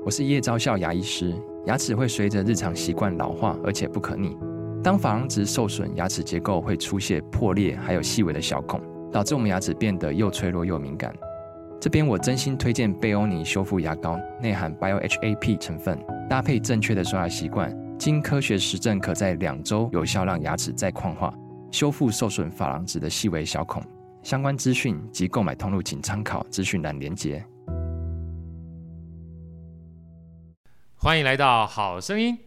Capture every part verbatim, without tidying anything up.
我是叶昭孝牙医师。牙齿会随着日常习惯老化，而且不可逆。当珐琅质受损，牙齿结构会出现破裂，还有细微的小孔，导致我们牙齿变得又脆弱又敏感。这边我真心推荐贝欧尼修复牙膏，内含 B I O H A P 成分，搭配正确的刷牙习惯，经科学实证可在两周有效让牙齿再矿化，修复受损珐琅质的细微小孔。相关资讯及购买通路请参考资讯栏连结。 欢迎来到好声音。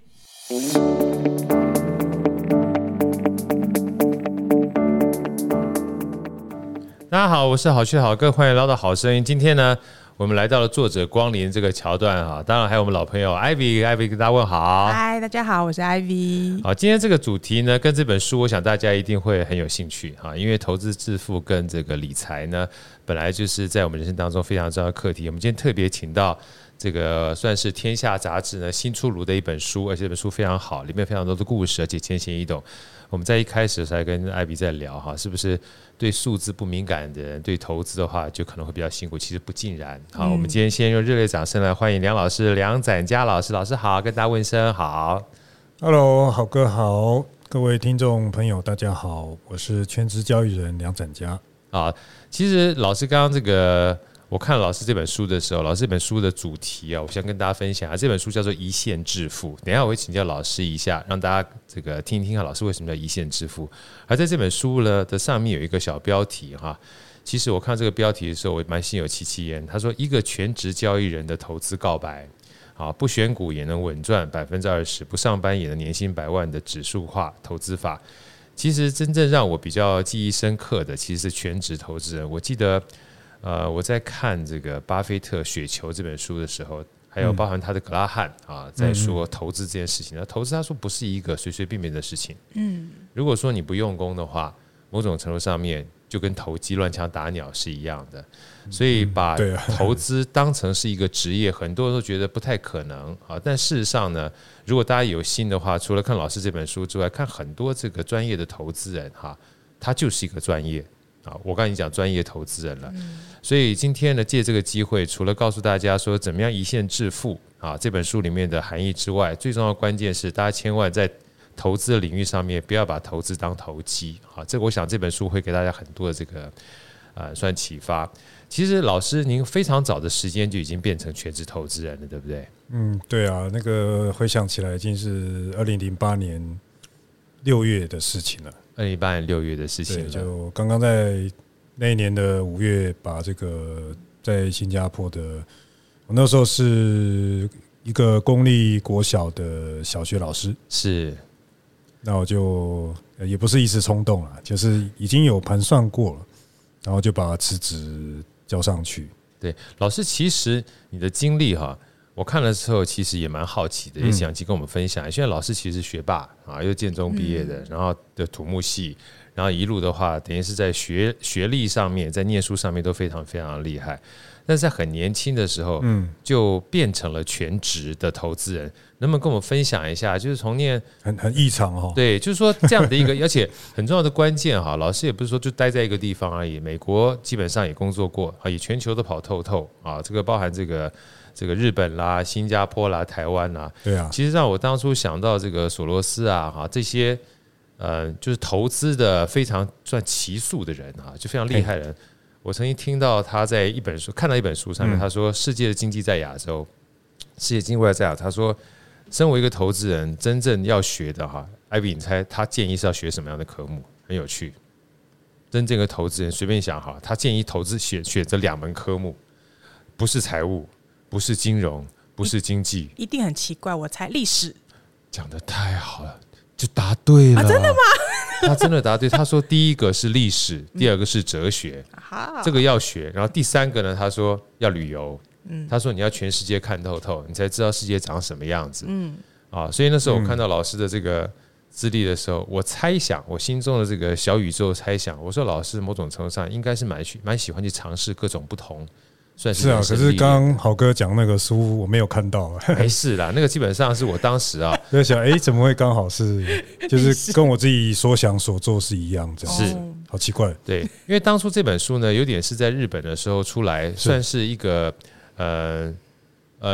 大家好，我是好趣好哥，欢迎来到好声音。今天呢，我们来到了作者光临这个桥段哈，当然还有我们老朋友 Ivy，Ivy 跟大家问好。 嗨，大家好，我是 Ivy。 好，今天这个主题呢，跟这本书，我想大家一定会很有兴趣哈，因为投资致富跟这个理财呢，本来就是在我们人生当中非常重要的课题。我们今天特别请到这个算是天下杂志呢新出炉的一本书，而且这本书非常好，里面非常多的故事，而且浅显易懂。我们在一开始才跟艾比在聊哈，是不是对数字不敏感的人对投资的话就可能会比较辛苦？其实不尽然。好，嗯、我们今天先用热烈掌声来欢迎梁老师，梁展嘉老师，老师好，跟大家问声好。 Hello， 好哥好，各位听众朋友大家好，我是全职交易人梁展嘉。 啊，其实老师刚刚这个。我看老师这本书的时候，老师这本书的主题啊，我想跟大家分享啊。这本书叫做《一线致富》，等一下我会请教老师一下，让大家这个听一听看老师为什么叫一线致富。而在这本书呢的上面有一个小标题哈，其实我看这个标题的时候，我蛮心有戚戚焉。他说一个全职交易人的投资告白，啊，不选股也能稳赚百分之二十，不上班也能年薪百万的指数化投资法。其实真正让我比较记忆深刻的，其实是全职投资人。我记得。呃，我在看这个巴菲特《雪球》这本书的时候，还有包含他的格拉汉啊，在说投资这件事情。那投资他说不是一个随随便便的事情。嗯，如果说你不用功的话，某种程度上面就跟投机乱枪打鸟是一样的。所以把投资当成是一个职业，很多人都觉得不太可能啊。但事实上呢，如果大家有心的话，除了看老师这本书之外，看很多这个专业的投资人哈，他就是一个专业。我刚才讲专业投资人了，所以今天呢，借这个机会，除了告诉大家说怎么样一线致富啊，这本书里面的含义之外，最重要的关键是大家千万在投资的领域上面不要把投资当投机啊。这个我想这本书会给大家很多的这个呃算启发。其实老师您非常早的时间就已经变成全职投资人了，对不对？ 嗯，对啊，那个回想起来已经是二零零八年六月的事情了。 二零一八年六月的事情了， 就刚刚在那一年的五月，把这个在新加坡的，我那时候是一个公立国小的小学老师， 是， 那我就也不是一时冲动啦，就是已经有盘算过了，然后就把辞职交上去。 对，老师，其实你的经历哈。我看了之后，其实也蛮好奇的，也想去跟我们分享。现在老师其实是学霸啊，又建中毕业的，然后的土木系，然后一路的话，等于是在学学历上面，在念书上面都非常非常厉害。但是在很年轻的时候，就变成了全职的投资人。能不能跟我们分享一下？就是从念很很异常哦， 对，就是说这样的一个，而且很重要的关键哈，老师也不是说就待在一个地方而已，美国基本上也工作过啊，也全球都跑透透啊，这个包含这个。这个日本啦、新加坡啦、台湾啦， 对啊， 其实让我当初想到这个索罗斯啊，哈这些呃，就是投资的非常算奇数的人啊，就非常厉害的人。我曾经听到他在一本书看到一本书上面，他说世界的经济在亚洲，世界经济在亚洲。他说，身为一个投资人，真正要学的哈，艾比，你猜他建议是要学什么样的科目？很有趣。真正的投资人随便想哈，他建议投资选选择两门科目，不是财务。不是金融，不是经济， 一定很奇怪。我猜历史， 讲得太好了，就答对了。 啊、真的吗？ 他真的答对。他说第一个是历史，第二个是哲学， 嗯、 这个要学。然后第三个呢，他说要旅游。嗯、他说你要全世界看透透，你才知道世界长什么样子。嗯，啊，所以那时候我看到老师的这个资历的时候，我猜想我心中的这个小宇宙猜想，我说老师某种程度上应该是蛮蛮喜欢去尝试各种不同。是, 是啊，可是刚刚好哥讲那个书我没有看到， 没事啦，那个基本上是我当时啊， 在想，哎、欸，怎么会刚好是，就是跟我自己所想所做是一样，这样是好奇怪。 对，因为当初这本书呢，有点是在日本的时候出来，算是一个呃呃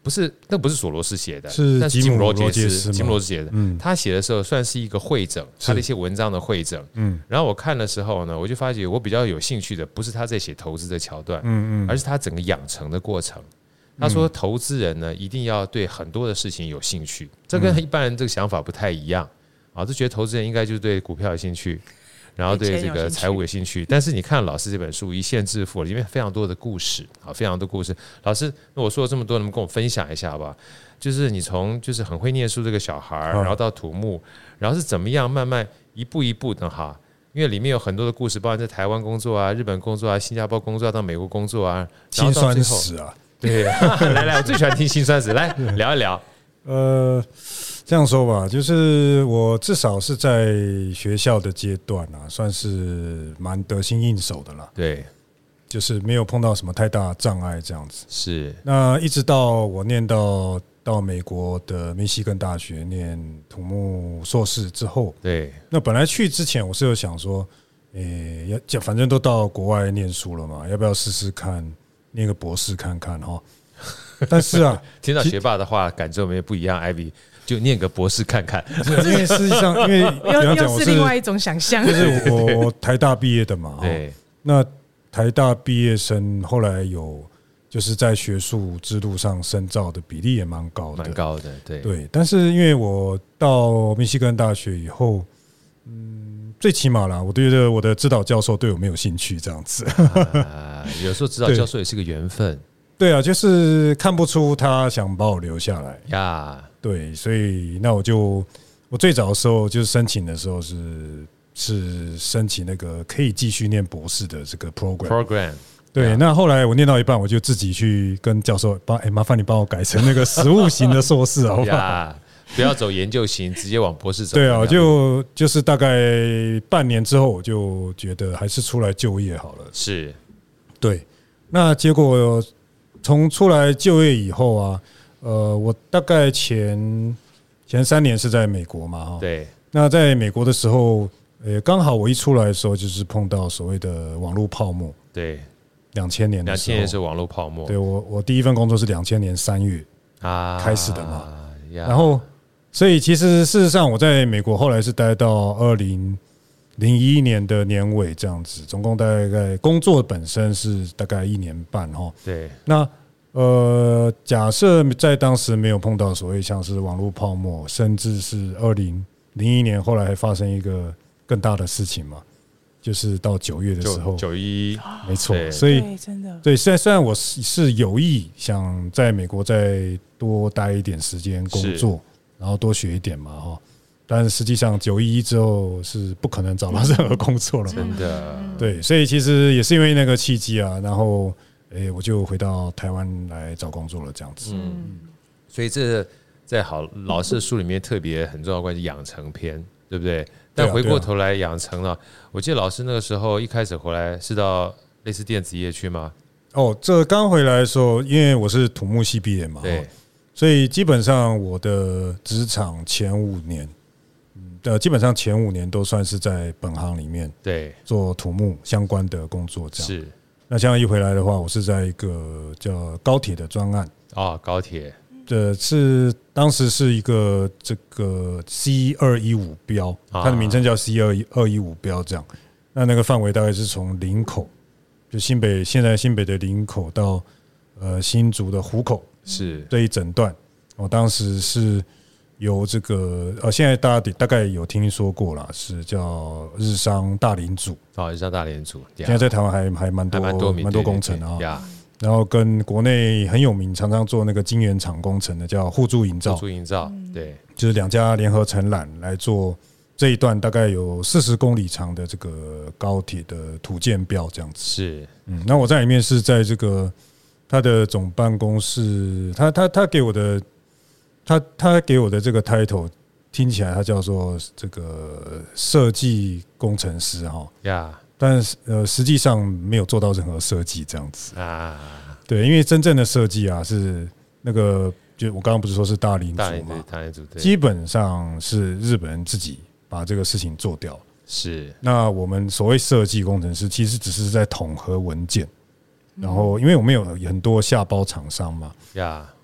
不是，那不是索罗斯写的， 是但是吉姆罗杰斯，吉姆罗杰斯写的。嗯，他写的时候算是一个汇整，他的一些文章的汇整。嗯，然后我看的时候呢，我就发觉我比较有兴趣的不是他在写投资的桥段，嗯嗯，而是他整个养成的过程。他说，投资人呢一定要对很多的事情有兴趣，这跟一般人这个想法不太一样啊，就觉得投资人应该就是对股票有兴趣。然后对这个财务有兴趣，但是你看老师这本书《一线致富》里面非常多的故事，好，非常多故事。老师，那我说了这么多，能不能跟我分享一下吧？就是你从就是很会念书这个小孩，然后到土木，然后是怎么样慢慢一步一步的哈？因为里面有很多的故事，包括在台湾工作啊、日本工作啊、新加坡工作啊、到美国工作啊， 辛酸史啊， 对，来来，我最喜欢听辛酸史，来聊一聊。 呃。这样说吧，就是我至少是在学校的阶段啊，算是蛮得心应手的啦。 对， 就是没有碰到什么太大障碍这样子。 是。那一直到我念到到美国的密西根大学念土木硕士之后， 对， 那本来去之前我是有想说，诶、欸，反正都到国外念书了嘛，要不要试试看念个博士看看哈？但是啊， 听到学霸的话，感受没有不一样 ，Ivy。就念个博士看看， 因为事实上，因为比方讲我是另外一种想象， 就是我我台大毕业的嘛， 对， 那台大毕业生后来有就是在学术之路上深造的比例也蛮高的， 蛮高的，对对。但是因为我到密西根大学以后，嗯，最起码啦，我觉得我的指导教授对我没有兴趣，这样子。 啊，有时候指导教授也是个缘分。 对啊，就是看不出他想把我留下来呀。 对，所以那我就我最早的时候就是申请的时候是是申请那个可以继续念博士的这个 program program。 对，那后来我念到一半，我就自己去跟教授帮，哎，麻烦你帮我改成那个实务型的硕士，好不好？ 不要走研究型，直接往博士走。 对啊，就就是大概半年之后，我就觉得还是出来就业好了。 是， 对。那结果从出来就业以后啊。呃，我大概前前三年是在美国嘛，哈， 对。 那在美国的时候，呃，刚好我一出来的时候，就是碰到所谓的网络泡沫， 对， 两千年的时候， 两千年是网络泡沫， 对我我第一份工作是两千年三月啊开始的嘛， 啊、 然后所以其实事实上我在美国后来是待到二零零一年的年尾这样子，总共大概工作本身是大概一年半哈， 对， 那。呃，假设在当时没有碰到所谓像是网络泡沫，甚至是二零零一年后来还发生一个更大的事情嘛，就是到九月的时候， 九一， 没错，所以真的对，虽然虽然我是有意想在美国再多待一点时间工作，然后多学一点嘛哈，但是实际上九一一之后是不可能找到任何工作了嘛， 真的， 对，所以其实也是因为那个契机啊，然后。哎，我就回到台湾来找工作了，这样子。 嗯，所以这在好老师的书里面特别很重要的关系，养成篇，对不对？但回过头来养成了，我记得老师那个时候一开始回来是到类似电子业去吗？ 哦，这刚回来的时候，因为我是土木系毕业嘛， 对， 所以基本上我的职场前五年，呃，基本上前五年都算是在本行里面， 对， 做土木相关的工作，这样是。 那像一回来的话，我是在一个叫高铁的专案啊，高铁， 这是当时是一个这个 C 二一五标，它的名称叫 C 二二一五标，这样。那那个范围大概是从林口，就新北现在新北的林口到呃新竹的湖口， 是这一整段。我当时是由这个呃，现在大家大概有听说过啦，是叫日商大林组。 哦，日商大林组， 现在在台湾还还蛮多蛮多蛮多工程啊。 对对对， 然后跟国内很有名，常常做那个晶圆厂工程的叫互助营造， 互助营造，对， 就是两家联合承揽来做这一段大概有四十公里长的这个高铁的土建标这样子。 是， 嗯，那我在里面是在这个他的总办公室，他他他给我的。他他给我的这个 title 听起来，他叫做这个设计工程师哈， 呀， 但是呃实际上没有做到任何设计这样子啊。 对，因为真正的设计啊是那个，就我刚刚不是说是大林组嘛， 大林组基本上是日本人自己把这个事情做掉。 是， 那我们所谓设计工程师，其实只是在统合文件，然后因为我们有很多下包厂商嘛， 呀。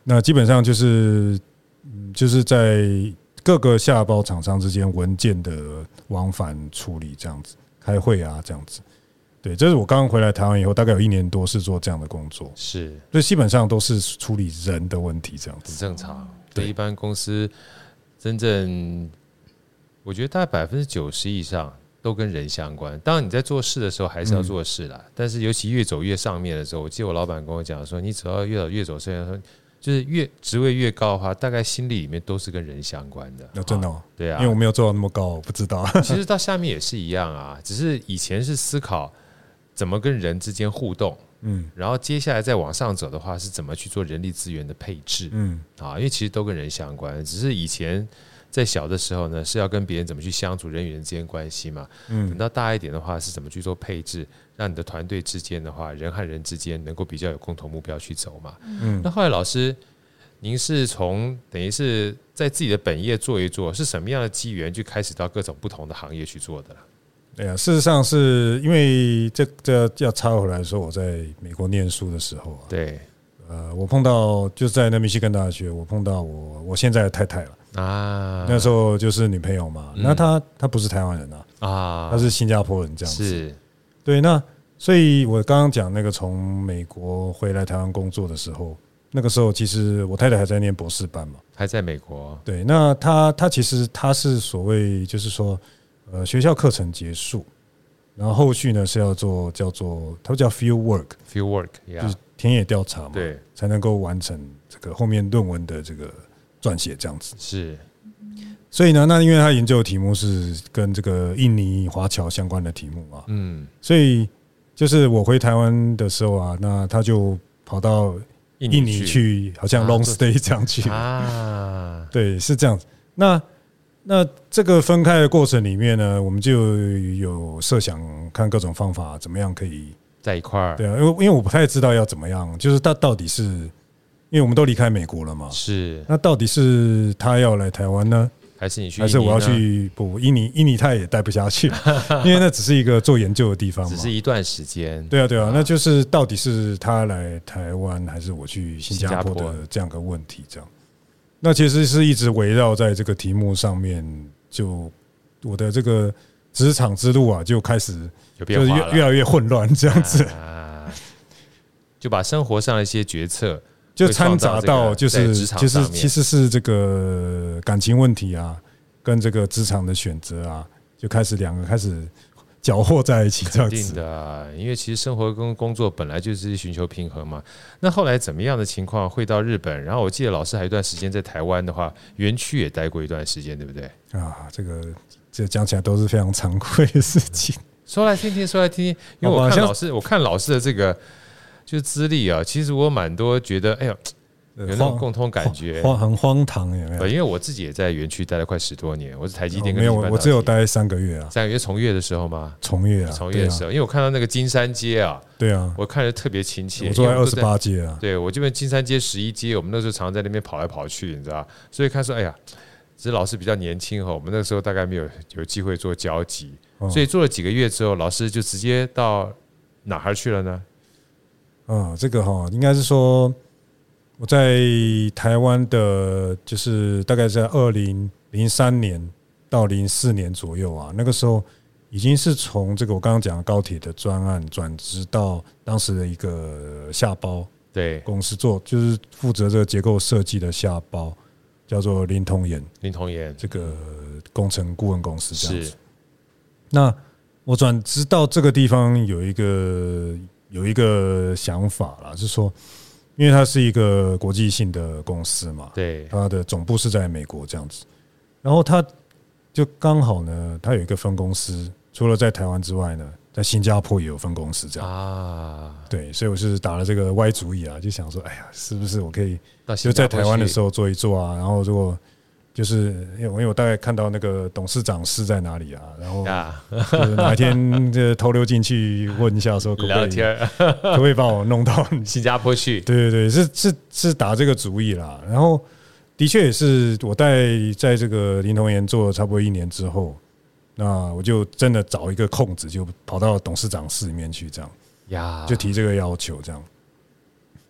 那基本上就是就是在各个下包厂商之间文件的往返处理，这样子开会啊，这样子。对，这是我刚刚回来台湾以后，大概有一年多是做这样的工作， 是， 所以基本上都是处理人的问题，这样子很正常。对，一般公司真正，我觉得大概百分之九十以上都跟人相关。当然你在做事的时候还是要做事啦，嗯、但是尤其越走越上面的时候，我记得我老板跟我讲说，你只要越走越走上面，就是越职位越高的话，大概心理里面都是跟人相关的。 那、哦、真的、哦， 对啊， 因为我没有做到那么高，我不知道。 其实到下面也是一样啊，只是以前是思考怎么跟人之间互动，嗯，然后接下来再往上走的话，是怎么去做人力资源的配置，嗯，啊，因为其实都跟人相关，只是以前在小的时候呢，是要跟别人怎么去相处，人与人之间关系嘛，嗯，等到大一点的话，是怎么去做配置，让你的团队之间的话，人和人之间能够比较有共同目标去走嘛，嗯，那后来老师，您是从等于是在自己的本业做一做，是什么样的机缘，就开始到各种不同的行业去做的了？ 对啊，事实上是因为这这要插回来说，我在美国念书的时候啊， 对， 呃，我碰到就在那密西根大学，我碰到我我现在的太太了啊，那时候就是女朋友嘛，嗯、那她她不是台湾人啊，啊，她是新加坡人这样子， 是， 对，那所以我刚刚讲那个从美国回来台湾工作的时候，那个时候其实我太太还在念博士班嘛， 还在美国， 对，那她她其实她是所谓就是说。呃，学校课程结束，然后后续呢是要做叫做，它叫 field work，field work， 就是田野调查嘛， 对， 才能够完成这个后面论文的这个撰写这样子。 是， 所以呢，那因为他研究的题目是跟这个印尼华侨相关的题目嘛，嗯，所以就是我回台湾的时候啊，那他就跑到印尼去，好像 long stay 这样去啊，对，是这样子。那那这个分开的过程里面呢，我们就有设想看各种方法，怎么样可以在一块儿。 对啊，因为因为我不太知道要怎么样，就是他到底是，因为我们都离开美国了嘛， 是。 那到底是他要来台湾呢， 还是你去？ 还是我要去？不，印尼印尼他也待不下去，因为那只是一个做研究的地方嘛， 只是一段时间。 对啊，对啊，那就是到底是他来台湾，还是我去新加坡的这样个问题，这样。那其实是一直围绕在这个题目上面，就我的这个职场之路啊，就开始就是越越来越混乱这样子， 啊，就把生活上的一些决策就掺杂到就是就是其实是这个感情问题啊，跟这个职场的选择啊，就开始两个开始搅和在一起，这样子。 肯定的啊，因为其实生活跟工作本来就是寻求平衡嘛。那后来怎么样的情况会到日本？然后我记得老师还有一段时间在台湾的话，园区也待过一段时间，对不对？ 啊，这个这讲起来都是非常惭愧的事情。 说来听听，说来听听，因为我看老师，我看老师的这个就是资历啊，其实我蛮多觉得，哎呦。有那种共同感觉， 很荒唐，有没有？ 因为我自己也在园区待了快十多年，我是台积电跟没有，我只有待三个月啊。 三个月从业的时候吗？ 从业啊， 从业的时候，因为我看到那个金山街啊， 对啊， 我看着特别亲切。 我住在二十八街啊， 对我这边金山街十一街，我们那时候常常在那边跑来跑去，你知道？所以看说，哎呀，只是老师比较年轻哈，我们那个时候大概没有有机会做交集，所以做了几个月之后，老师就直接到哪儿去了呢？ 啊，这个哈，应该是说。我在台湾的，就是大概在二零零三年到零四年左右啊，那个时候已经是从这个我刚刚讲的高铁的专案转职到当时的一个下包对公司做，就是负责这个结构设计的下包，叫做林同研， 林同研这个工程顾问公司这样子。那我转职到这个地方有一个有一个想法啦，是说。因为它是一个国际性的公司嘛， 对， 它的总部是在美国这样子，然后它就刚好呢，它有一个分公司，除了在台湾之外呢，在新加坡也有分公司这样啊，对，所以我是打了这个歪主意啊，就想说，哎呀，是不是我可以就在台湾的时候做一做啊，然后如果。就是因为因为我大概看到那个董事长室在哪里啊，然后就是哪一天就偷溜进去问一下，说可不可以可不可以帮我弄到新加坡去？ 对对对，是是是打这个主意啦。然后的确也是我在在这个林同研做了差不多一年之后，那我就真的找一个空子，就跑到董事长室里面去，这样呀，就提这个要求这样。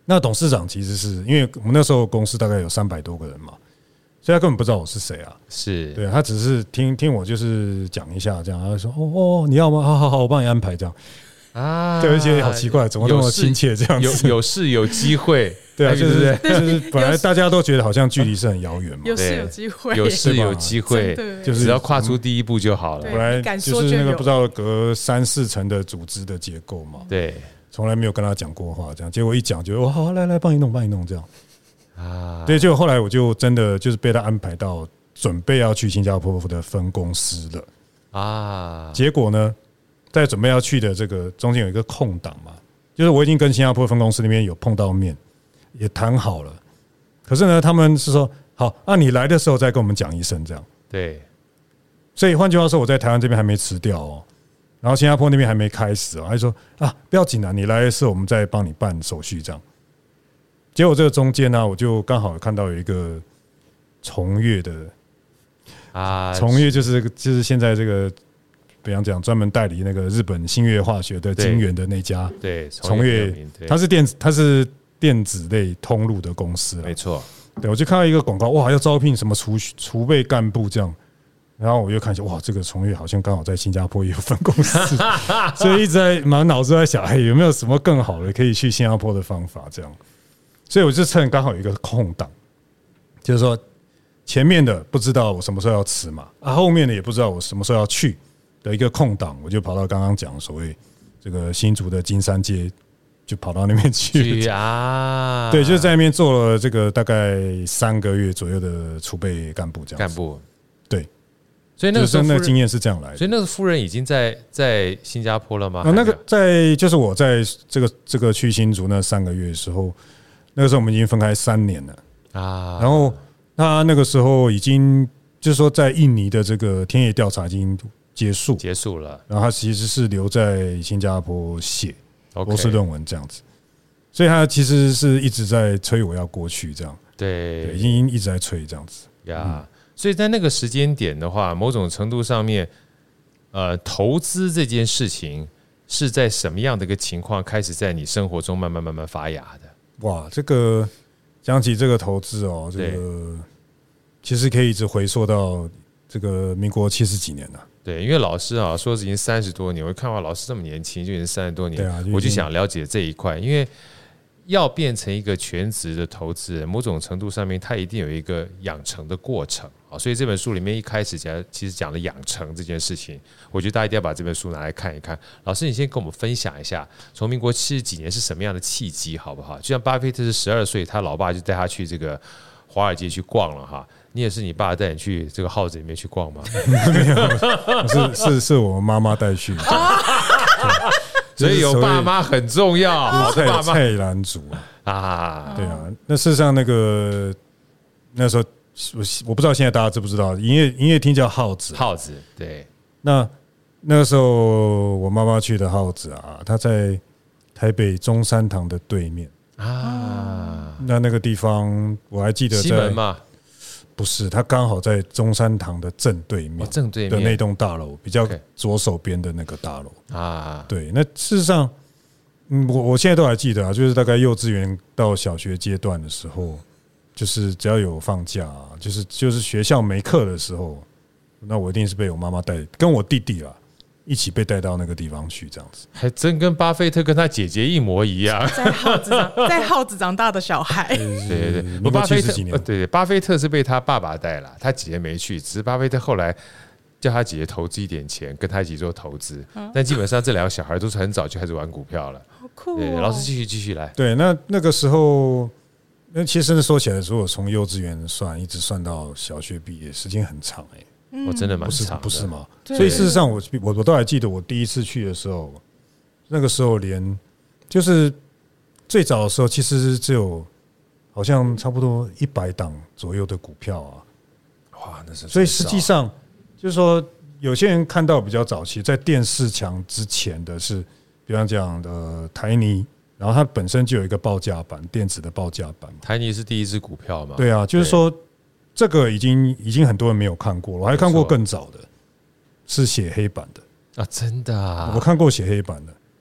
那董事长其实是因为我们那时候公司大概有三百多个人嘛，所以他根本不知道我是谁啊。 是， 对，他只是听听我就是讲一下这样，他就说哦哦你要吗？好好好，我帮你安排这样啊。 对，而且好奇怪，怎么那么亲切这样子？ 有有事有机会， 对啊，就是对不对就是本来大家都觉得好像距离是很遥远嘛， 有事有机会， 有事有机会， 就是只要跨出第一步就好了。 本来就是那个不知道隔三四层的组织的结构嘛， 对。 从来没有跟他讲过话，这样结果一讲就哦好来来帮你弄帮你弄这样啊， 对，结果后来我就真的就是被他安排到准备要去新加坡的分公司了啊。结果呢，在准备要去的这个中间有一个空档嘛，就是我已经跟新加坡分公司那边有碰到面，也谈好了，可是呢，他们是说好，那、啊、你来的时候再跟我们讲一声这样。 对， 所以换句话说，我在台湾这边还没辞掉哦。然后新加坡那边还没开始哦，他就说啊，不要紧啊，你来的时候我们再帮你办手续这样。结果这个中间呢、啊，我就刚好看到有一个崇越的啊，崇越就是就是现在这个，比方讲专门代理那个日本新越化学的晶圆的那家， 对， 崇越，它是电子它是电子类通路的公司， 没错。 对，我就看到一个广告，哇，要招聘什么储储备干部这样。然后我又看一下，哇，这个崇越好像刚好在新加坡也有分公司，所以一直在满脑子在想，哎，有没有什么更好的可以去新加坡的方法？这样，所以我就趁刚好有一个空档，就是说前面的不知道我什么时候要辞嘛，啊，后面的也不知道我什么时候要去的一个空档，我就跑到刚刚讲所谓这个新竹的金山街，就跑到那边去啊，对，就是在那边做了这个大概三个月左右的储备干部，这样干部， 对。 所以那个时候那个经验是这样来的， 所以那个夫人已经在在新加坡了吗？ 啊，那个在就是我在这个这个去新竹那三个月的时候，那个时候我们已经分开三年了啊。然后他那个时候已经就是说在印尼的这个田野调查已经结束结束了， 然后他其实是留在新加坡写博士论文这样子，所以他其实是一直在催我要过去这样， 对， 已经一直在催这样子呀。所以在那个时间点的话，某种程度上面，呃，投资这件事情是在什么样的一个情况开始在你生活中慢慢慢慢发芽的？ 哇，这个讲起这个投资哦，这个其实可以一直回溯到这个民国七十几年了。 对，因为老师啊说是已经三十多年，我看到老师这么年轻就已经三十多年， 啊、 我就想了解这一块，因为要变成一个全职的投资人，某种程度上面，他一定有一个养成的过程。所以这本书里面一开始讲，其实讲了养成这件事情，我觉得大家一定要把这本书拿来看一看。老师，你先跟我们分享一下，从民国七十几年是什么样的契机，好不好？就像巴菲特是十二岁，他老爸就带他去这个华尔街去逛了哈。你也是你爸带你去这个号子里面去逛吗？ 没有，是是是我妈妈带去的。 所以有爸妈很重要， 菜菜篮族啊，对啊。那事实上，那个那时候。我我不知道现在大家知不知道，营业营业厅叫耗子， 耗子对。 那那个时候我妈妈去的耗子啊，她在台北中山堂的对面啊。那那个地方我还记得在西门嘛， 不是，它刚好在中山堂的正对面， 正对面的那栋大楼，比较左手边的那个大楼啊。对，那事实上，嗯，我我现在都还记得啊，就是大概幼稚园到小学阶段的时候。就是只要有放假、啊，就是就是学校没课的时候，那我一定是被我妈妈带，跟我弟弟啊一起被带到那个地方去，这样子。 还真跟巴菲特跟他姐姐一模一样， 在耗子长在耗子长大的小孩。 对对对，巴菲特对巴菲特是被他爸爸带了，他姐姐没去，只是巴菲特后来叫他姐姐投资一点钱，跟他一起做投资。嗯、但基本上这两个小孩都是很早就开始玩股票了。 好酷、哦！ 对，老师继续继续来。 对，那那个时候。那其实说起来，如果从幼稚园算，一直算到小学毕业，时间很长哎、 欸，我、嗯、真的蛮长的， 不是吗？所以事实上我，我我都还记得我第一次去的时候，那个时候连就是最早的时候，其实只有好像差不多一百档左右的股票啊， 哇，那是所以实际上就是说，有些人看到比较早期，在电视墙之前的是，比方讲的台泥。然后它本身就有一个报价板，电子的报价板。 台泥是第一支股票嘛？ 对啊，就是说这个已经已经很多人没有看过了，我还看过更早的，是写黑板的啊，真的啊， 我看过写黑板的。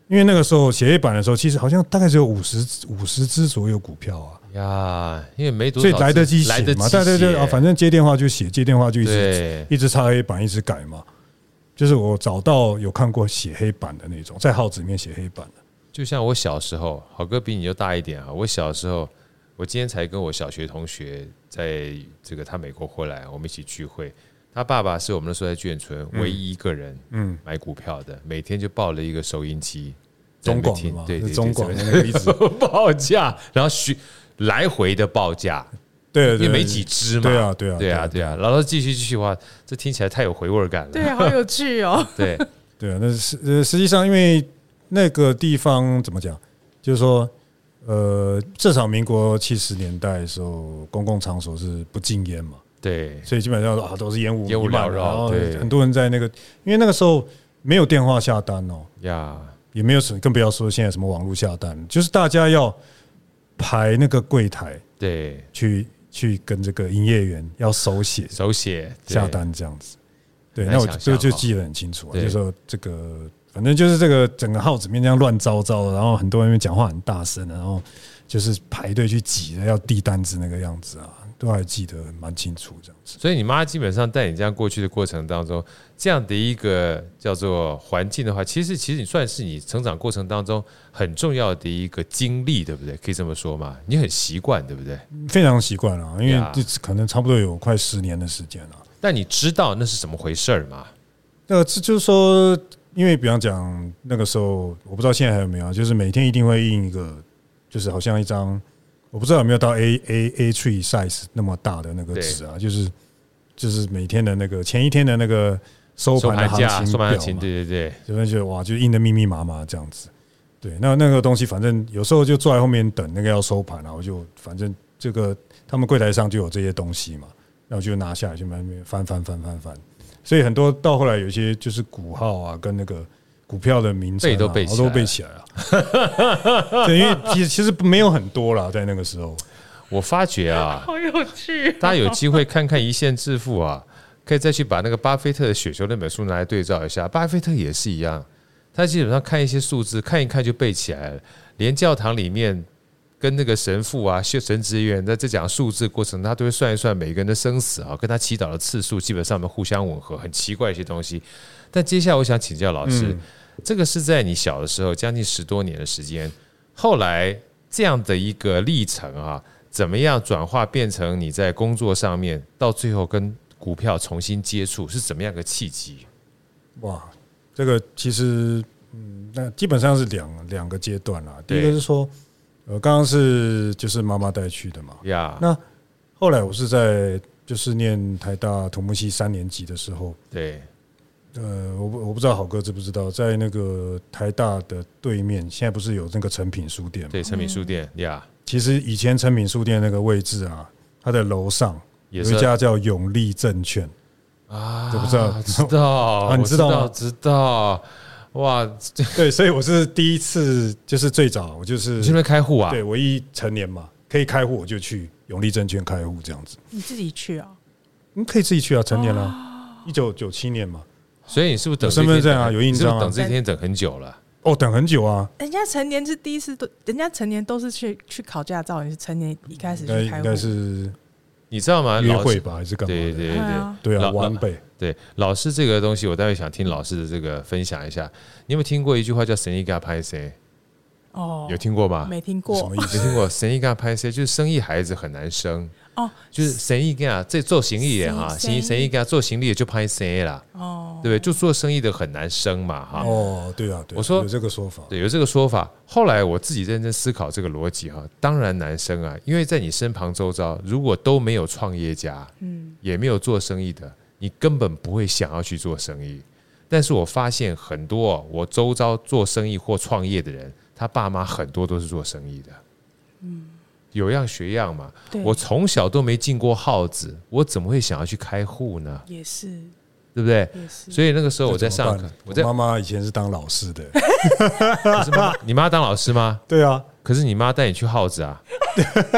因为那个时候写黑板的时候，其实好像大概只有五十五十只左右股票啊。 呀，因为没多少， 所以来得及写嘛，对对对啊，反正接电话就写，接电话就一直一直擦黑板，一直改嘛。就是我找到有看过写黑板的那种，在号子里面写黑板的。 就像我小时候，好哥比你就大一点啊。我小时候，我今天才跟我小学同学在这个他美国回来，我们一起聚会。他爸爸是我们那时候在眷村唯一一个人嗯买股票的，每天就抱了一个收音机， 中广的嘛， 对对， 中广的那个一直报价，然后许来回的报价。 对， 因为没几只嘛， 对啊，对啊， 对啊，对啊，然后继续继续的话，这听起来太有回味感了， 对，好有趣哦。 对， 对啊，那实实际上，因为那个地方怎么讲，就是说，呃，至少民国七十年代的时候，公共场所是不禁烟嘛， 对， 所以基本上啊都是烟雾烟雾缭绕，对， 很多人在那个，因为那个时候没有电话下单哦， 呀， 也没有什么，更不要说现在什么网络下单，就是大家要排那个柜台， 对， 去。去跟这个营业员要手写手写下单这样子，对，那我这个就记得很清楚啊，就是说这个反正就是这个整个号子面这样乱糟糟的，然后很多人讲话很大声，然后就是排队去挤的要递单子那个样子啊，都还记得蛮清楚这样子。 所以你妈基本上带你这样过去的过程当中，这样的一个叫做环境的话，其实其实你算是你成长过程当中很重要的一个经历，对不对？可以这么说嘛？你很习惯，对不对？ 非常习惯了，因为可能差不多有快十年的时间了。 但你知道那是怎么回事吗？ 那这就是说，因为比方讲那个时候，我不知道现在还有没有，就是每天一定会印一个，就是好像一张。我不知道有没有到 A A A three size 那么大的那个纸啊，就是就是每天的那个前一天的那个收盘的行情表嘛， 对对对， 这边就哇就印的密密麻麻这样子。对，那那个东西反正有时候就坐在后面等那个要收盘，然后就反正这个他们柜台上就有这些东西嘛，然后就拿下来就慢慢翻翻翻翻翻，所以很多到后来有一些就是股号啊跟那个。股票的名称、啊、 都背起来了， 都背起来了。对，因为其实其实没有很多啦，在那个时候。 我发觉啊， 好有趣、哦。 大家有机会看看《一线致富》啊，可以再去把那个巴菲特的雪球那本书拿来对照一下。巴菲特也是一样，他基本上看一些数字，看一看就背起来了。连教堂里面跟那个神父啊、神职员在这讲数字过程，他都会算一算每个人的生死啊，跟他祈祷的次数，基本上互相吻合，很奇怪一些东西。但接下来我想请教老师。嗯，这个是在你小的时候，将近十多年的时间，后来这样的一个历程啊，怎么样转化变成你在工作上面，到最后跟股票重新接触，是怎么样的契机？ 哇，这个其实，嗯，那基本上是两两个阶段啦。第一个是说，呃，刚刚是就是妈妈带去的嘛， 呀。 那后来我是在就是念台大土木系三年级的时候， 对。 呃，我不我不知道好哥知不知道，在那个台大的对面，现在不是有那个诚品书店吗？ 对，诚品书店呀。 其实以前诚品书店那个位置啊，它的楼上有一家叫永利证券啊， 我不知道， 知道啊，你知道吗？ 知道，哇， 对，所以我是第一次，就是最早我就是你去那边开户啊？ 对，我一成年嘛，可以开户，我就去永利证券开户这样子。 你自己去啊？ 你可以自己去啊，成年了，一九九七年嘛。 所以你是不是等身份证啊，有印章啊？ 等这天等很久了。 哦，等很久啊！ 人家成年是第一次都，人家成年都是去去考驾照，你是成年一开始去开户， 应该是你知道吗？ 约会吧，还是干嘛？ 对对对对啊，完备。 对老师这个东西，我待会想听老师的这个分享一下。你有没有听过一句话叫“生意干拍谁”？哦，有听过吗？ 没听过。 什么意思？ 没听过。生意干拍谁？就是生意孩子很难生。哦，就是生意干这做生意的哈，生意生意干做生意的就拍谁啦？哦，对不对？就做生意的很难生嘛，哈。 哦，对啊，对，我说有这个说法， 对，有这个说法。后来我自己认真思考这个逻辑哈，当然难生啊，因为在你身旁周遭，如果都没有创业家，嗯，也没有做生意的，你根本不会想要去做生意。但是我发现很多我周遭做生意或创业的人，他爸妈很多都是做生意的，嗯。有样学样嘛，我从小都没进过号子，我怎么会想要去开户呢？ 也是， 对不对？所以那个时候我在上课， 我妈妈以前是当老师的。 你妈当老师吗？ 对啊， 可是你妈带你去号子啊？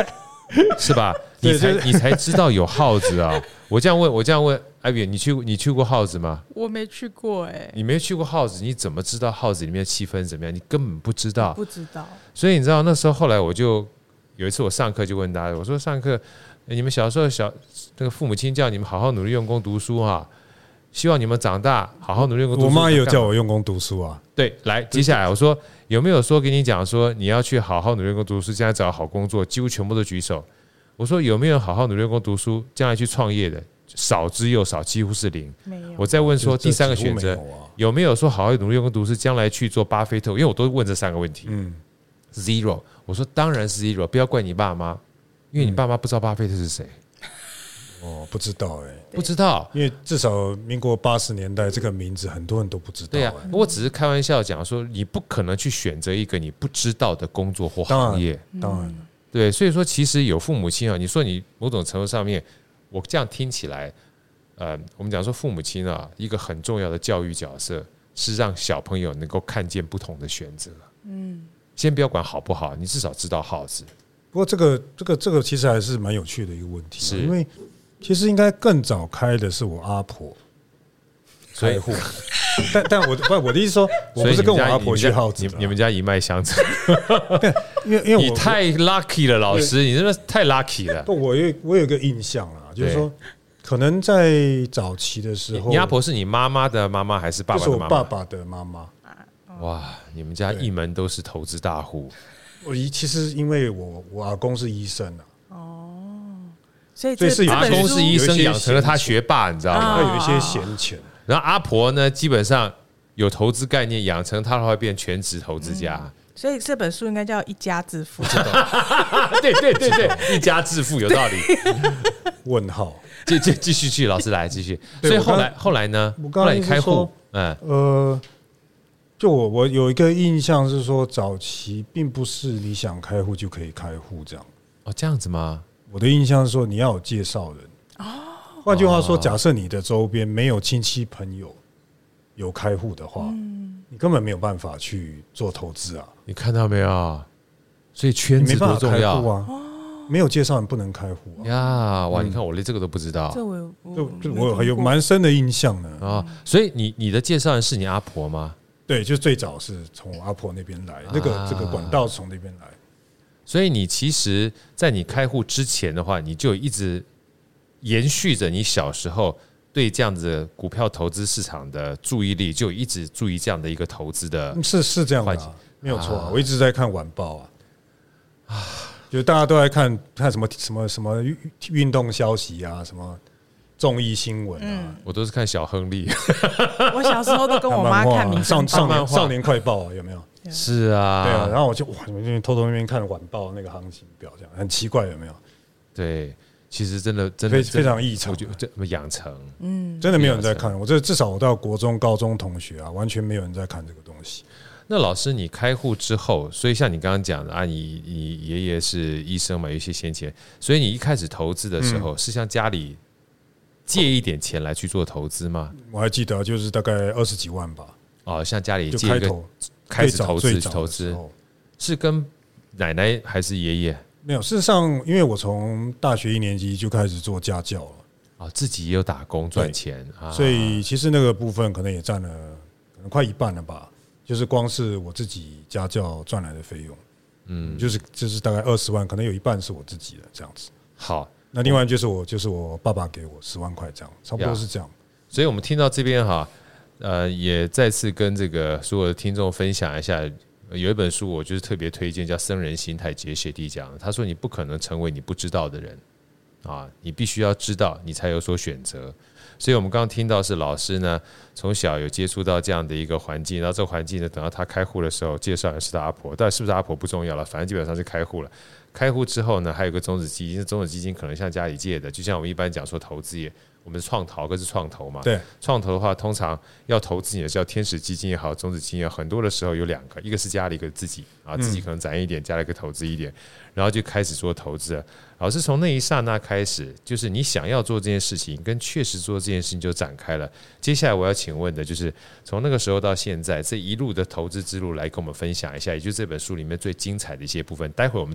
是吧？你才你才知道有耗子啊！我这样问，我这样问，艾比，你去你去过耗子吗？ 我没去过哎、欸， 你没去过耗子，你怎么知道耗子里面的气氛怎么样？你根本不知道， 不知道。 所以你知道那时候后来我就有一次我上课就问大家，我说上课你们小时候小那个父母亲叫你们好好努力用功读书哈、啊，希望你们长大好好努力用功读书。 我妈也有叫我用功读书啊。 对，来接下来我说有没有说跟你讲说你要去好好努力用功读书，将来找好工作，几乎全部都举手。我说有没有好好努力用功读书，将来去创业的？少之又少，几乎是零。 没有。 我再问说第三个选择、啊、有没有说好好努力用功读书，将来去做巴菲特？因为我都问这三个问题。嗯 ，zero。我说当然是 zero， 不要怪你爸妈，因为你爸妈不知道巴菲特是谁。 哦，不知道哎、欸， 不知道， 因为至少民国八十年代这个名字很多人都不知道、欸。 对呀、啊，我只是开玩笑讲说，你不可能去选择一个你不知道的工作或行业。 当然，当然对，所以说其实有父母亲啊，你说你某种程度上面，我这样听起来，呃，我们讲说父母亲啊，一个很重要的教育角色是让小朋友能够看见不同的选择。嗯，先不要管好不好，你至少知道耗子。 不过这个这个这个其实还是蛮有趣的一个问题， 是因为其实应该更早开的是我阿婆开户，但但我不我的意思说，我不是跟我阿婆去耗子的， 你们家一脉相承。 因为因为我你太 lucky 了，老师，你真的太 lucky 了。 不，我有我有一个印象啦，就是说，可能在早期的时候， 你阿婆是你妈妈的妈妈还是爸爸的妈妈？ 是我爸爸的妈妈。 哇，你们家一门都是投资大户。 我其实因为我我阿公是医生啊。 哦，所以所以是阿公是医生，养成了他学霸，你知道吗？ 他有一些闲钱。 然后阿婆呢，基本上有投资概念，养成他的话变全职投资家。 嗯，所以这本书应该叫《一家致富》。 对对对对，一家致富有道理。 问号， 继继继续去，老师来继续。所以后来后来呢？后来你开户， 嗯呃，就我我有一个印象是说，早期并不是你想开户就可以开户这样。 哦，这样子吗？ 我的印象是说，你要有介绍人。哦。换句话说，假设你的周边没有亲戚朋友有开户的话，嗯，你根本没有办法去做投资啊！ 你看到没有？所以圈子多重要啊！没有介绍人不能开户啊！ 呀，哇！你看我连这个都不知道， 这我就我有蛮深的印象的啊！所以你你的介绍人是你阿婆吗？ 对，就最早是从我阿婆那边来，那个这个管道从那边来。 所以你其实，在你开户之前的话，你就一直延续着你小时候对这样子的股票投资市场的注意力，就一直注意这样的一个投资的， 是是这样的、啊，没有错、啊。我一直在看晚报啊，啊，就大家都在看看什么什么什么运动消息啊，什么综艺新闻啊、嗯， 我都是看小亨利。 我小时候都跟我妈看《民生报》、《少年快报》啊，有没有？ 是啊， 对啊。然后我就哇，你们那边偷偷那边看晚报那个行情表，这样很奇怪，有没有？ 对。其实真的真的非常异常， 我觉得这么养成， 嗯， 真的没有人在看。我这至少我到国中、高中同学啊，完全没有人在看这个东西。 那老师，你开户之后，所以像你刚刚讲的啊，你你爷爷是医生嘛，有一些闲钱，所以你一开始投资的时候，是向家里借一点钱来去做投资吗？ 我还记得，就是大概二十几万吧。 哦，向家里借一个开始投资投资，是跟奶奶还是爷爷？ 没有，事实上，因为我从大学一年级就开始做家教了， 啊，自己也有打工赚钱，啊、 所以其实那个部分可能也占了可能快一半了吧，就是光是我自己家教赚来的费用，嗯，就是就是大概二十万，可能有一半是我自己的这样子。 好， 那另外就是我就是我爸爸给我十万块这样，差不多是这样。 所以我们听到这边哈，呃，也再次跟这个所有的听众分享一下。有一本书，我就是特别推荐，叫《僧人心态》，杰学弟讲的。他说：“你不可能成为你不知道的人啊，你必须要知道，你才有所选择。”所以，我们刚刚听到是老师呢，从小有接触到这样的一个环境，然后这个环境呢，等到他开户的时候，介绍人是他阿婆，但是不是阿婆不重要了，反正基本上是开户了。开户之后呢，还有个种子基金，种子基金可能向家里借的，就像我们一般讲说投资业。我们是创投，可是创投嘛。 对， 创投的话，通常要投资，也是要天使基金也好，种子基金也好，很多的时候有两个，一个是家里，一个自己啊，自己可能攒一点，家里一个投资一点，然后就开始做投资了。老师从那一刹那开始，就是你想要做这件事情，跟确实做这件事情就展开了。接下来我要请问的就是，从那个时候到现在，这一路的投资之路来跟我们分享一下，也就是这本书里面最精彩的一些部分。待会我们再来看看。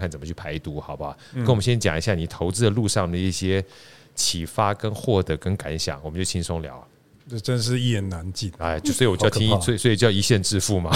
看怎么去排毒，好不好？嗯、跟我们先讲一下你投资的路上的一些启发、跟获得、跟感想，我们就轻松聊。 这真是一言难尽， 哎，就所以我叫听，所以所以叫一线致富嘛。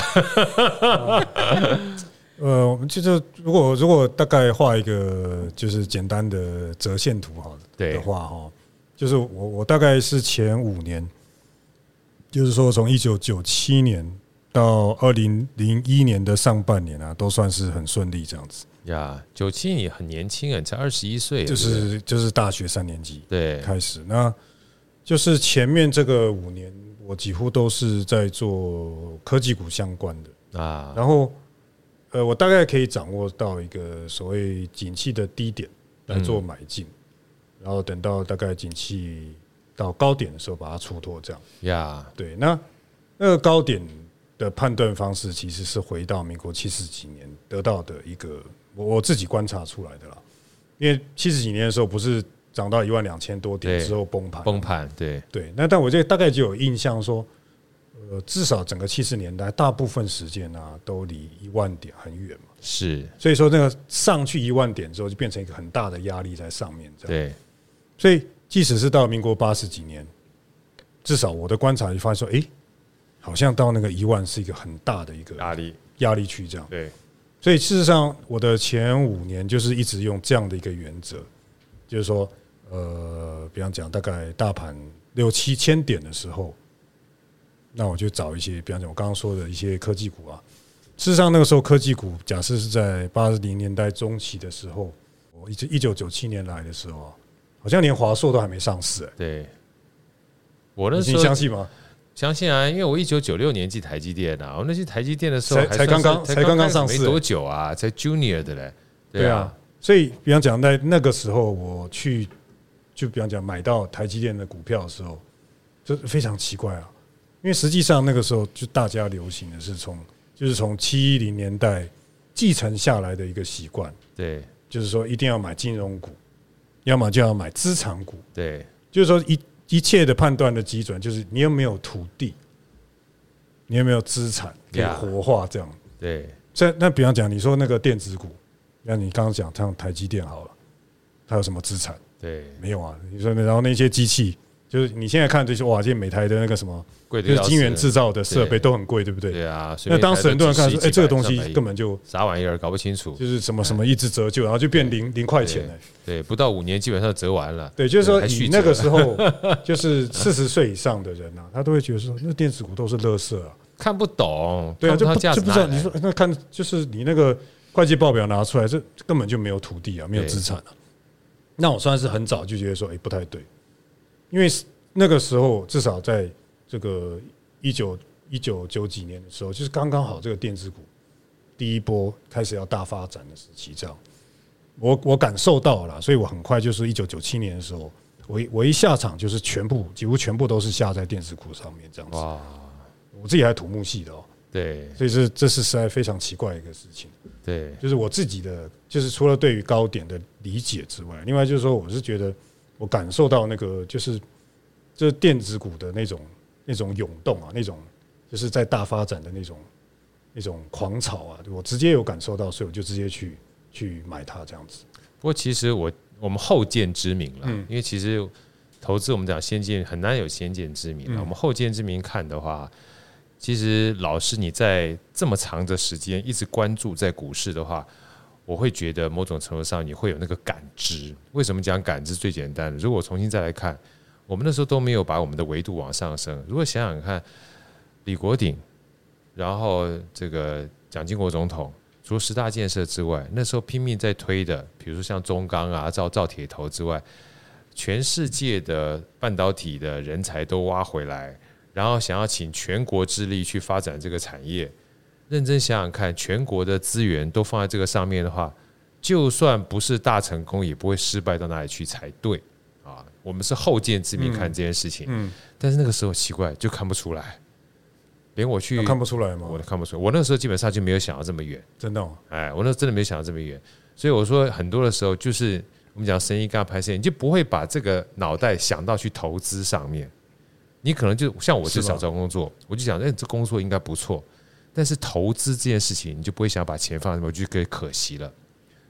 呃，我们就是如果如果大概画一个就是简单的折线图好的话哈，就是我我大概是前五年，就是说从一九九七年到二零零一年的上半年啊，都算是很顺利这样子。 呀，九七你很年轻啊，你才二十一岁， 就是就是大学三年级对开始，那就是前面这个五年，我几乎都是在做科技股相关的啊，然后。呃，我大概可以掌握到一个所谓景气的低点来做买进，嗯、然后等到大概景气到高点的时候把它出脱，这样。 呀， yeah. 对，那那个高点的判断方式其实是回到民国七十几年得到的一个我我自己观察出来的啦。因为七十几年的时候不是涨到一万两千多点之后崩盘， 崩盘，对对。那但我这大概就有印象说。呃，至少整个七十年代，大部分时间啊，都离一万点很远嘛。 是， 所以说那个上去一万点之后，就变成一个很大的压力在上面。这样。 对， 所以即使是到民国八十几年，至少我的观察就发现说，哎、欸，好像到那个一万是一个很大的一个压力压力区这样。 对， 所以事实上，我的前五年就是一直用这样的一个原则，就是说，呃，比方讲，大概大盘六七千点的时候。那我就找一些，比方讲我刚刚说的一些科技股啊。事实上，那个时候科技股，假设是在八零年代中期的时候，我一九九七年来的时候，好像连华硕都还没上市、欸。 对，我那时候你相信吗？ 相信啊，因为我一九九六年进台积电啊，我那进台积电的时候才才刚刚才刚刚上市没多久啊，才 Junior 的嘞。 对啊，所以比方讲在那个时候，我去就比方讲买到台积电的股票的时候，就非常奇怪啊。因为实际上那个时候就大家流行的是从就是从七零年代继承下来的一个习惯， 对， 就是说一定要买金融股，要么就要买资产股， 对， 就是说一一切的判断的基准就是你有没有土地，你有没有资产可以活化这样， 对。 所以那比方讲，你说那个电子股，那你刚刚讲像台积电好了，它有什么资产？ 对， 没有啊。你说然后那些机器。就是你现在看这些哇，这每台的那个什么， 贵就是晶圆制造的设备都很贵，对不对？ 对啊。 那当时很多人看说，哎，这个东西根本就啥玩意儿，搞不清楚。 就是什么什么一直折旧，然后就变零零块钱了。 对，不到五年基本上折完了。 对，就是说你那个时候，就是四十岁以上的人啊，他都会觉得说，那电子股都是垃圾啊， 看不懂。 对啊，就不就不知道。你说那看就是你那个会计报表拿出来，这根本就没有土地啊，没有资产啊。那我算是很早就觉得说，哎，不太对，因为。那个时候，至少在这个一九一九九几年的时候，就是刚刚好这个电子股第一波开始要大发展的时期，这样我我感受到了啦，所以我很快就是一九九七年的时候，我一我一下场就是全部几乎全部都是下在电子股上面这样子。哇！我自己还土木系的哦、喔， 对， 所以这这是实在非常奇怪的一个事情。 对， 就是我自己的，就是除了对于高点的理解之外，另外就是说，我是觉得我感受到那个就是。就是电子股的那种那种涌动啊，那种就是在大发展的那种那种狂潮啊，我直接有感受到，所以我就直接去去买它这样子。 不过其实我我们后见之明了， 嗯、 因为其实投资我们讲先见很难有先见之明了。嗯、我们后见之明看的话，其实老师你在这么长的时间一直关注在股市的话，我会觉得某种程度上你会有那个感知。为什么讲感知？最简单的，如果我重新再来看。我们那时候都没有把我们的维度往上升。如果想想看，李国鼎，然后这个蒋经国总统，除了十大建设之外，那时候拼命在推的，比如说像中钢啊、造造铁头之外，全世界的半导体的人才都挖回来，然后想要请全国之力去发展这个产业。认真想想看，全国的资源都放在这个上面的话，就算不是大成功，也不会失败到哪里去才对。我们是后见之明看这件事情，嗯嗯、但是那个时候奇怪就看不出来，连我去看不出来吗？ 我都看不出来。我那个时候基本上就没有想到这么远， 真的、哦。 哎，我那真的没有想到这么远，所以我说很多的时候就是我们讲生意刚拍摄，你就不会把这个脑袋想到去投资上面。你可能就像我是想找工作，我就想，哎，这工作应该不错，但是投资这件事情，你就不会想把钱放在那边，就可以可惜了。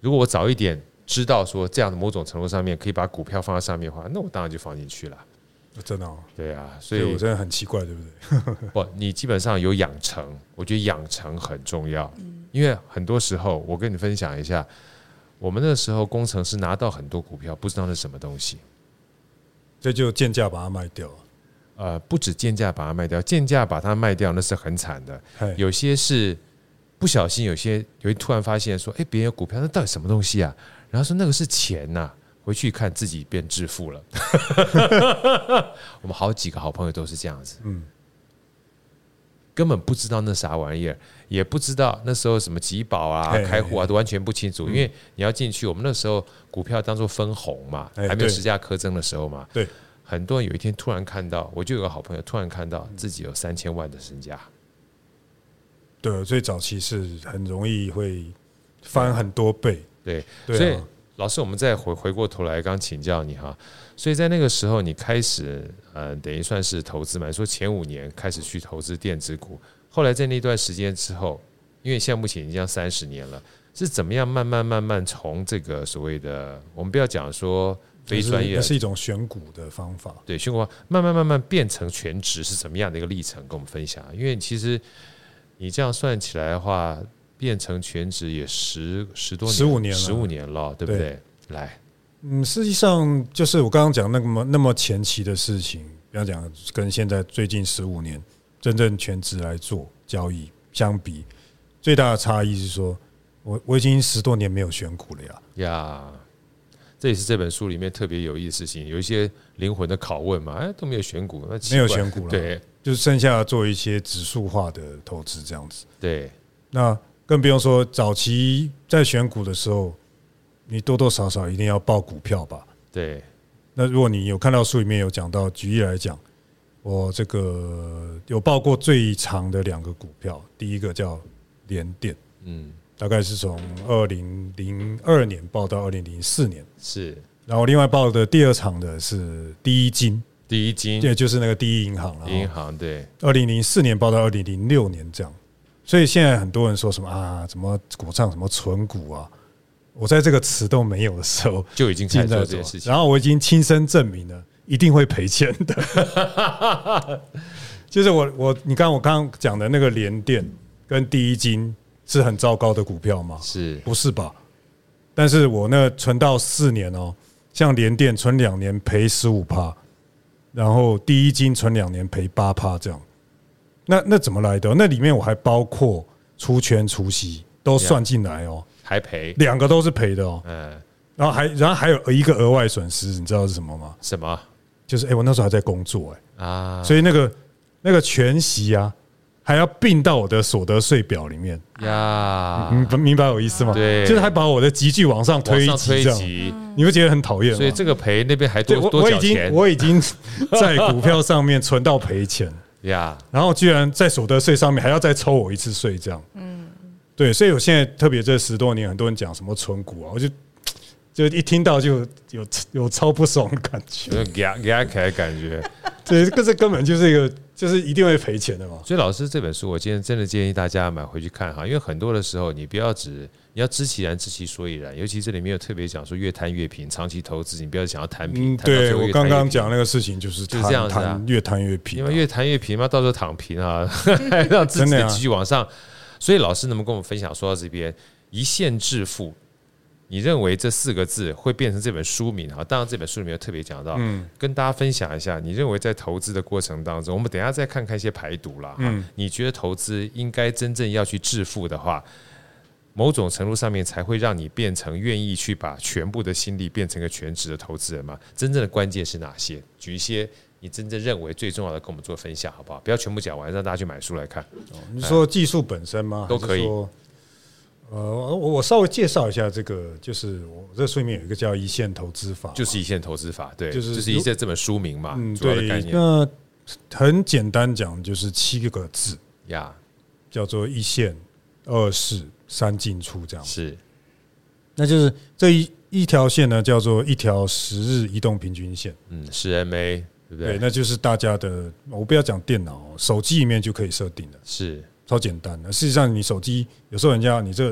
如果我早一点知道说这样的某种程度上面可以把股票放在上面的话，那我当然就放进去了。 真的哦， 对啊，所以我真的很奇怪，对不对？ 不，你基本上有养成，我觉得养成很重要，因为很多时候我跟你分享一下，我们那时候工程师拿到很多股票，不知道那是什么东西， 这就贱价把它卖掉了。 呃，不止贱价把它卖掉，贱价把它卖掉那是很惨的，有些是不小心，有些有一突然发现说，哎，别人有股票，那到底什么东西啊？然后说那个是钱呐、啊。回去看自己变致富了，我们好几个好朋友都是这样子，嗯，根本不知道那啥玩意儿，也不知道那时候什么集保啊、开户啊，都完全不清楚。因为你要进去，我们那时候股票当做分红嘛，还没有实价课征的时候嘛， 对， 很多人有一天突然看到，我就有个好朋友突然看到自己有三千万的身家， 对，最早期是很容易会翻很多倍， 对，所以。老师，我们再回回过头来，刚请教你哈，所以在那个时候，你开始呃，等于算是投资嘛。你说前五年开始去投资电子股，后来在那段时间之后，因为现在目前已经要三十年了，是怎么样慢慢慢慢从这个所谓的我们不要讲说非专业， 那是一种选股的方法， 对，选股慢慢慢慢变成全职是怎么样的一个历程，跟我们分享。因为其实你这样算起来的话。变成全职也十十多年， 十五年了， 十五年了，对不对？来， 嗯，实际上就是我刚刚讲那么那么前期的事情，不要讲跟现在最近十五年真正全职来做交易相比，最大的差异是说，我我已经十多年没有选股了呀。 呀，这也是这本书里面特别有意思的事情，有一些灵魂的拷问嘛，哎，都没有选股，那没有选股了， 对， 就是剩下做一些指数化的投资这样子。 对， 那。更不用说早期在选股的时候，你多多少少一定要报股票吧？ 对。 那如果你有看到书里面有讲到，举例来讲，我这个有报过最长的两个股票，第一个叫联电，嗯，大概是从二零零二年报到二零零四年， 是。 然后另外报的第二场的是第一金， 第一金， 对，就是那个第一银行了， 银行对， 二零零四年报到二零零六年这样。所以现在很多人说什么啊，什么股上什么存股啊，我在这个词都没有的时候就已经开始做这件事情， 然后我已经亲身证明了，一定会赔钱的。就是我我你刚我刚刚讲的那个联电跟第一金是很糟糕的股票吗？ 是不是吧？但是我那存到四年哦，像联电存两年赔十五趴，然后第一金存两年赔八趴这样。那那怎么来的？那里面我还包括出权除息都算进来哦， 还赔， 两个都是赔的哦。 嗯， 然后还然后还有一个额外损失，你知道是什么吗？ 什么？ 就是哎、欸，我那时候还在工作哎、欸、 啊， 所以那个那个权息啊，还要并到我的所得税表里面呀。 你明白我意思吗？ 对， 就是还把我的集聚往上推一级，这样你会觉得很讨厌吗？ 所以这个赔那边还多多缴钱。 我已经在股票上面存到赔钱。 Yeah. 然后居然在所得税上面还要再抽我一次税，这样，嗯，对，所以我现在特别这十多年，很多人讲什么存股啊，我就就一听到就有有超不爽的感觉， 有压压起来的感觉， 对，这根本就是一个就是一定会赔钱的嘛。 所以老师这本书，我今天真的建议大家买回去看哈，因为很多的时候你不要只你要知其然知其所以然，尤其这里面有特别讲说越贪越贫，长期投资你不要想要贪贫。 嗯，对我刚刚讲那个事情就是就是这样子啊， 越贪越贫， 因为越贪越贫嘛，到时候躺平啊，让自己的继续往上。所以老师能不能跟我们分享，说到这边一线致富，你认为这四个字会变成这本书名哈？当然这本书里面有特别讲到，嗯，跟大家分享一下，你认为在投资的过程当中，我们等一下再看看一些排毒啦，嗯，你觉得投资应该真正要去致富的话，某种程度上面才会让你变成愿意去把全部的心力变成一个全职的投资人嘛？真正的关键是哪些？举一些你真正认为最重要的跟我们做分享好不好？不要全部讲完，让大家去买书来看。 哦、你说技术本身吗？ 都可以。 呃，我我稍微介绍一下这个，就是我这书里面有一个叫一线投资法， 就是一线投资法，对， 就是就是一线这本书名嘛， 嗯， 主要的概念。 那很简单讲，就是七个字呀， yeah, 叫做一线、二市、三进出这样。 是， 那就是这一一条线呢，叫做一条十日移动平均线， 嗯，十 M A， 对不对？ 对，那就是大家的，我不要讲电脑，手机里面就可以设定的， 是。 超简单的。事实上，你手机有时候人家你这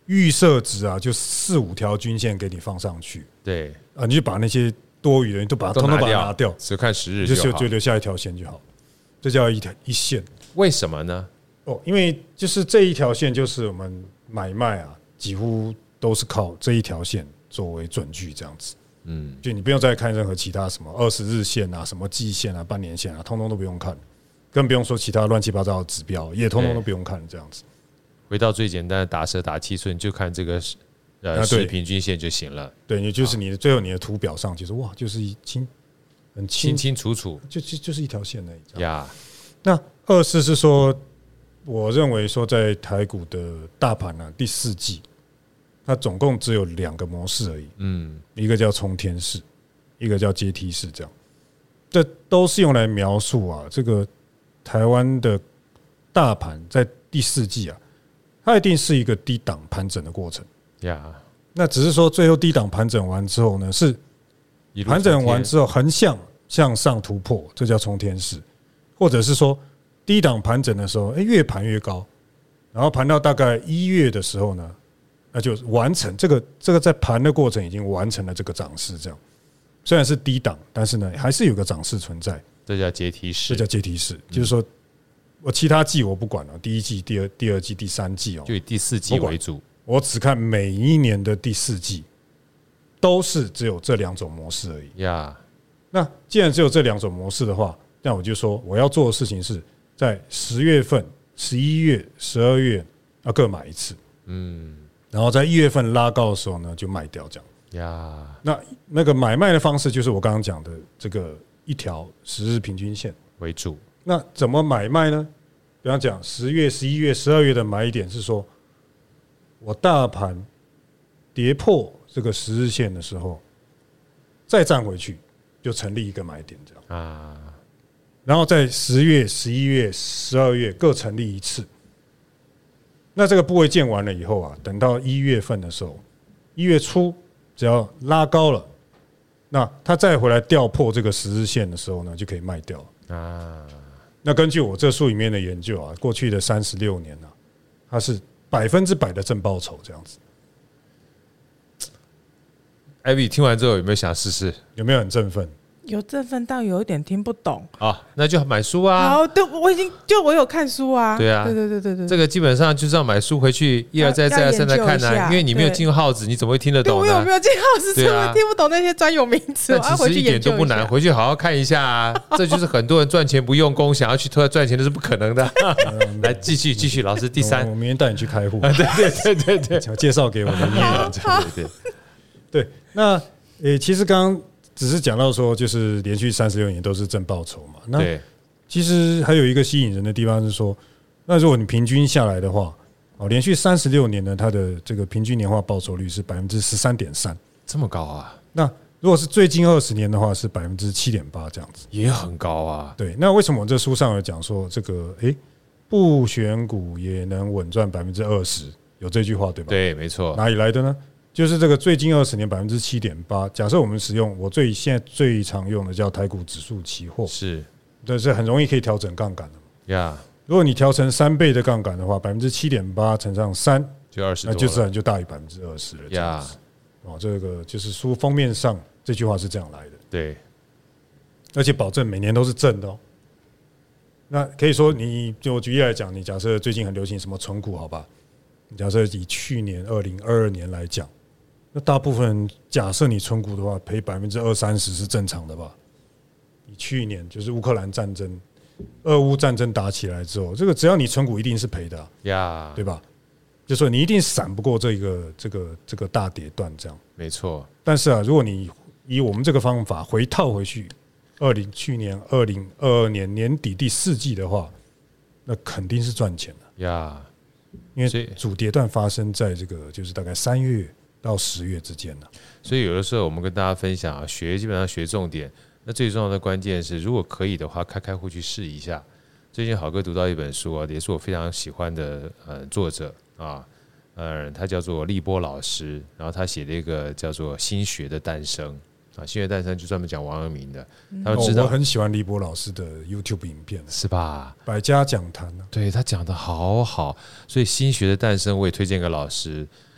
预设值啊，就四五条均线给你放上去， 对啊，你就把那些多余的你都把它通通把它拿掉， 只看十日就就好， 就留下一条线就好，这叫一条一线。 为什么呢？ 哦，因为就是这一条线就是我们买卖啊，几乎都是靠这一条线作为准据，这样子。嗯，就你不用再看任何其他什么二十日线啊、什么季线啊、半年线啊，通通都不用看，更不用说其他乱七八糟的指标，也通通都不用看，这样子。 回到最简单的打蛇打七寸，就看这个呃啊十平均线就行了。 对，你就是你的最后你的图表上就是哇，就是一清很清清清楚楚， 就就就是一条线而已。 呀， 那二四是说。我认为说，在台股的大盘呢、啊，第四季，它总共只有两个模式而已。嗯，一个叫冲天式，一个叫阶梯式，这样，这都是用来描述啊，这个台湾的大盘在第四季啊，它一定是一个低档盘整的过程。 呀， 那只是说最后低档盘整完之后呢，是盘整完之后横向向上突破，这叫冲天式，或者是说。低档盘整的时候，哎，越盘越高，然后盘到大概一月的时候呢，那就完成这个这个在盘的过程已经完成了这个涨势，这样虽然是低档，但是呢还是有个涨势存在， 这叫阶梯式， 这叫阶梯式，就是说我其他季我不管了，第一季、第二第二季、第三季哦， 就以第四季为主， 我只看每一年的第四季，都是只有这两种模式而已呀。 那既然只有这两种模式的话，那我就说我要做的事情是。在十月份、十一月、十二月要各买一次，嗯，然后在一月份拉高的时候呢，就卖掉这样呀。那那个买卖的方式就是我刚刚讲的这个一条十日平均线为主。 那怎么买卖呢？比方讲十月、十一月、十二月的买点是说，我大盘跌破这个十日线的时候，再站回去，就成立一个买点这样啊。然后在十月、十一月、十二月各成立一次。那这个部位建完了以后啊，等到一月份的时候，一月初只要拉高了，那它再回来调破这个十日线的时候呢，就可以卖掉啊。那根据我这书里面的研究啊，过去的三十六年啊，它是百分之百的正报酬这样子。 艾比听完之后有没有想试试？ 有没有很振奋？ 有振奋到有一点听不懂啊，那就买书啊。 好，对，我已经就我有看书啊。 对啊， 对对对对对， 这个基本上就是要买书回去一而再再而三的看啊，因为你没有进号子，你怎么会听得懂呢？ 我有没有进号子，所以我听不懂那些专有名词。 但其实一点都不难，回去好好看一下啊。这就是很多人赚钱不用功，想要去突然赚钱的是不可能的。来，继续继续，老师第三， 我明天带你去开户。 对对对对对， 介绍给我的业员。对对对，那呃，其实刚刚。只是讲到说，就是连续三十六年都是正报酬嘛。那其实还有一个吸引人的地方是说，那如果你平均下来的话，哦，连续三十六年呢，它的这个平均年化报酬率是百分之十三点三， 这么高啊？ 那如果是最近二十年的话，是百分之七点八这样子， 也很高啊。 对，那为什么我这书上有讲说这个，哎、欸，不选股也能稳赚百分之二十，有这句话对吧？ 对，没错。 哪里来的呢？就是这个最近二十年百分之七点八。假设我们使用我最现在最常用的叫台股指数期货， 是， 这是很容易可以调整杠杆的呀。 如果你调成三倍的杠杆的话，百分之七点八乘上三， 就二十， 那就自然就大于百分之二十了。呀，哦，这个就是书封面上这句话是这样来的。 对， 而且保证每年都是正的哦。那可以说，你就举例来讲，你假设最近很流行什么存股，好吧？假设以去年二零二二年来讲。那大部分人假设你存股的话，赔百分之二三十是正常的吧？以去年就是乌克兰战争、俄乌战争打起来之后，这个只要你存股一定是赔的呀， yeah. 对吧？就说你一定闪不过这个这个这个大跌段这样， 没错。 但是啊，如果你以我们这个方法回套回去，二零去年二零二二年年底第四季的话，那肯定是赚钱的呀， yeah. 因为主跌段发生在这个就是大概三月。到十月之间呢， 所以有的时候我们跟大家分享啊，学基本上学重点。那最重要的关键是，如果可以的话，开开户去试一下。最近好哥读到一本书啊，也是我非常喜欢的呃作者啊，呃，他叫做立波老师，然后他写了一个叫做《新学的诞生》啊，《新学诞生》就专门讲王阳明的。他知道、哦、我很喜欢立波老师的 YouTube 影片， 是吧？ 百家讲坛、啊、 对他讲的好好，所以《新学的诞生》我也推荐给老师。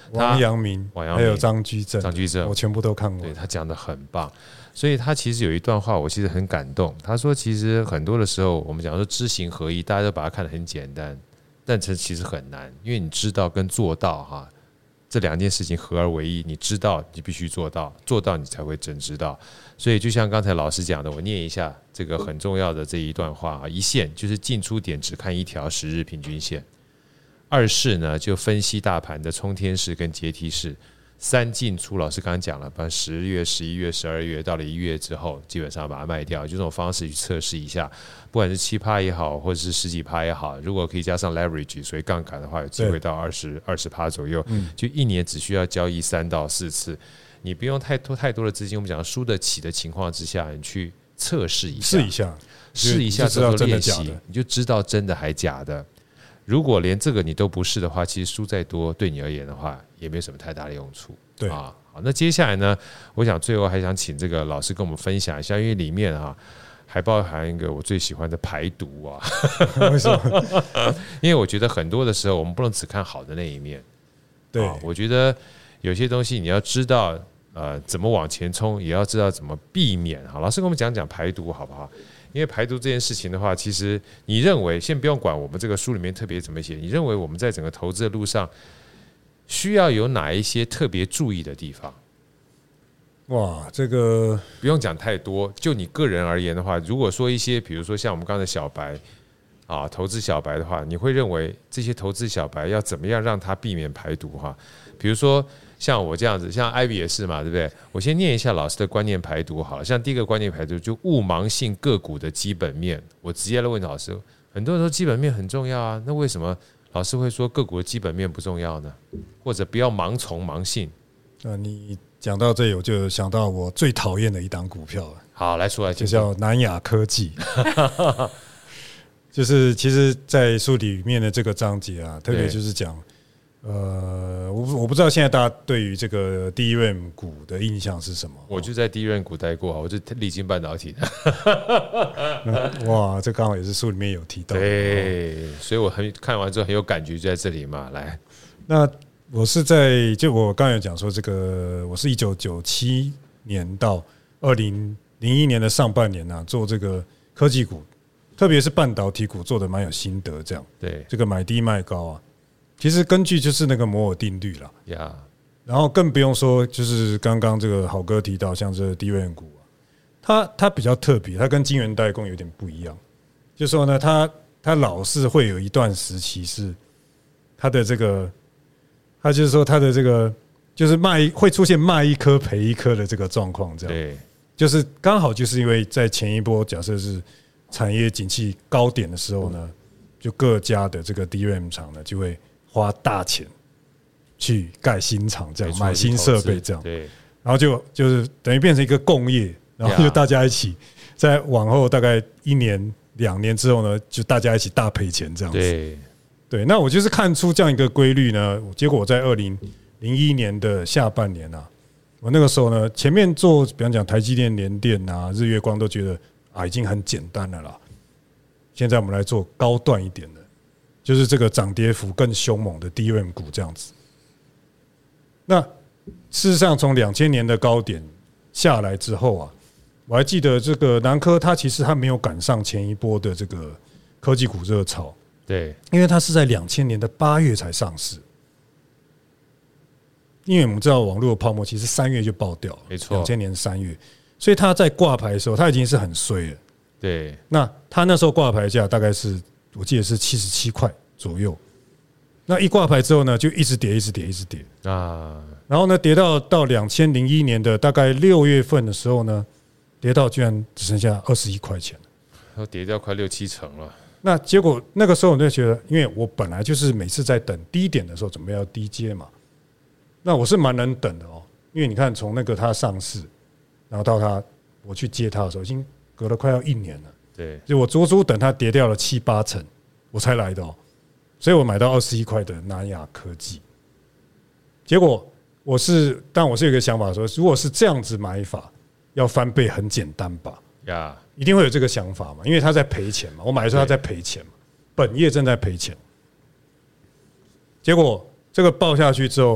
王阳明， 王阳明还有张居正， 张居正， 我全部都看过。 对，他讲的很棒，所以他其实有一段话，我其实很感动。他说，其实很多的时候，我们讲说知行合一，大家都把它看得很简单，但这其实很难，因为你知道跟做到哈。这两件事情合而为一，你知道你必须做到，做到你才会真知道。所以就像刚才老师讲的，我念一下这个很重要的这一段话啊：一线就是进出点只看一条十日平均线；二市呢就分析大盘的冲天式跟阶梯式；三进出，老师刚刚讲了，把十月、十一月、十二月到了一月之后，基本上把它卖掉，就这种方式去测试一下，不管是七趴也好，或者是十几趴也好，如果可以加上 leverage， 所以杠杆的话，有机会到二十二十趴左右，就一年只需要交易三到四次，你不用太多太多的资金。我们讲输得起的情况之下，你去测试一下， 试一下， 试一下，叫做练习，你就知道真的还假的。如果连这个你都不是的话，其实输再多对你而言的话，也没有什么太大的用处。 对啊，好，那接下来呢，我想最后还想请这个老师跟我们分享一下，因为里面啊还包含一个我最喜欢的排毒啊。 为什么？ 因为我觉得很多的时候，我们不能只看好的那一面。 对， 啊、我觉得有些东西你要知道，呃，怎么往前冲，也要知道怎么避免。好，老师跟我们讲讲排毒好不好？因为排毒这件事情的话，其实你认为，先不用管我们这个书里面特别怎么写，你认为我们在整个投资的路上需要有哪一些特别注意的地方？ 哇，这个不用讲太多，就你个人而言的话，如果说一些，比如说像我们刚才小白啊，投资小白的话，你会认为这些投资小白要怎么样让他避免排毒哈？比如说像我这样子，像 Ivy 也是嘛，对不对？我先念一下老师的观念排毒好了。像第一个观念排毒，就勿盲信个股的基本面。我直接来问老师，很多人说基本面很重要啊，那为什么老师会说个股的基本面不重要呢？或者不要盲从盲信？ 呃，你讲到这里，我就想到我最讨厌的一档股票了。 好，来说来， 就叫南亚科技。就是其实，在书里面的这个章节啊，特别就是讲。呃，我我不知道现在大家对于这个 D R A M 股的印象是什么？ 我就在 D R A M 股待过，我是力晶半导体的。 哇，这刚好也是书里面有提到的。 对，所以我很看完之后很有感觉，就在这里嘛。来， 那我是在就我刚才有讲说，这个我是一九九七年到二零零一年的上半年啊，做这个科技股，特别是半导体股做的蛮有心得，这样。 对， 这个买低卖高啊。其实根据就是那个摩尔定律啦， yeah. 然后更不用说就是刚刚这个好哥提到像这个 D R A M 股啊，它它比较特别，它跟晶圆代工有点不一样，就是说呢，它它老是会有一段时期是它的这个，它就是说它的这个就是卖会出现卖一颗赔一颗的这个状况，这样， 对， 就是刚好就是因为在前一波假设是产业景气高点的时候呢，就各家的这个 D R A M 厂呢就会花大钱去盖新厂，这样买新设备，这样， 对， 然后就就是等于变成一个共业，然后就大家一起在往后大概一年两年之后呢，就大家一起大赔钱这样子。 对， 对，那我就是看出这样一个规律呢，结果我在二零零一年的下半年啊，我那个时候呢，前面做比方讲台积电、联电啊、日月光都觉得啊已经很简单了啦，现在我们来做高段一点的。就是这个涨跌幅更凶猛的 D R A M 股这样子。那事实上，从两千年的高点下来之后啊，我还记得这个南科，它其实它没有赶上前一波的这个科技股热潮， 对， 因为它是在两千年的八月才上市。因为我们知道网络的泡沫其实三月就爆掉了， 没错， 两千年三月，所以它在挂牌的时候，它已经是很衰了。 对， 那它那时候挂牌价大概是。我记得是七十七块左右，那一挂牌之后呢，就一直跌，一直跌，一直跌啊。然后呢，跌到到两千零一年的大概六月份的时候呢，跌到居然只剩下二十一块钱， 都跌掉快六七成了。 那结果那个时候我就觉得，因为我本来就是每次在等低点的时候准备要低接嘛，那我是蛮能等的哦。因为你看，从那个它上市，然后到它我去接它的时候，已经隔了快要一年了。 对， 就我足足等它跌掉了七八成，我才来的哦，所以我买到二十一块的南亚科技。结果我是，但我是有一个想法说，如果是这样子买法，要翻倍很简单吧？呀，一定会有这个想法嘛，因为他在赔钱嘛，我买的时候他在赔钱嘛，本业正在赔钱。结果这个爆下去之后啊，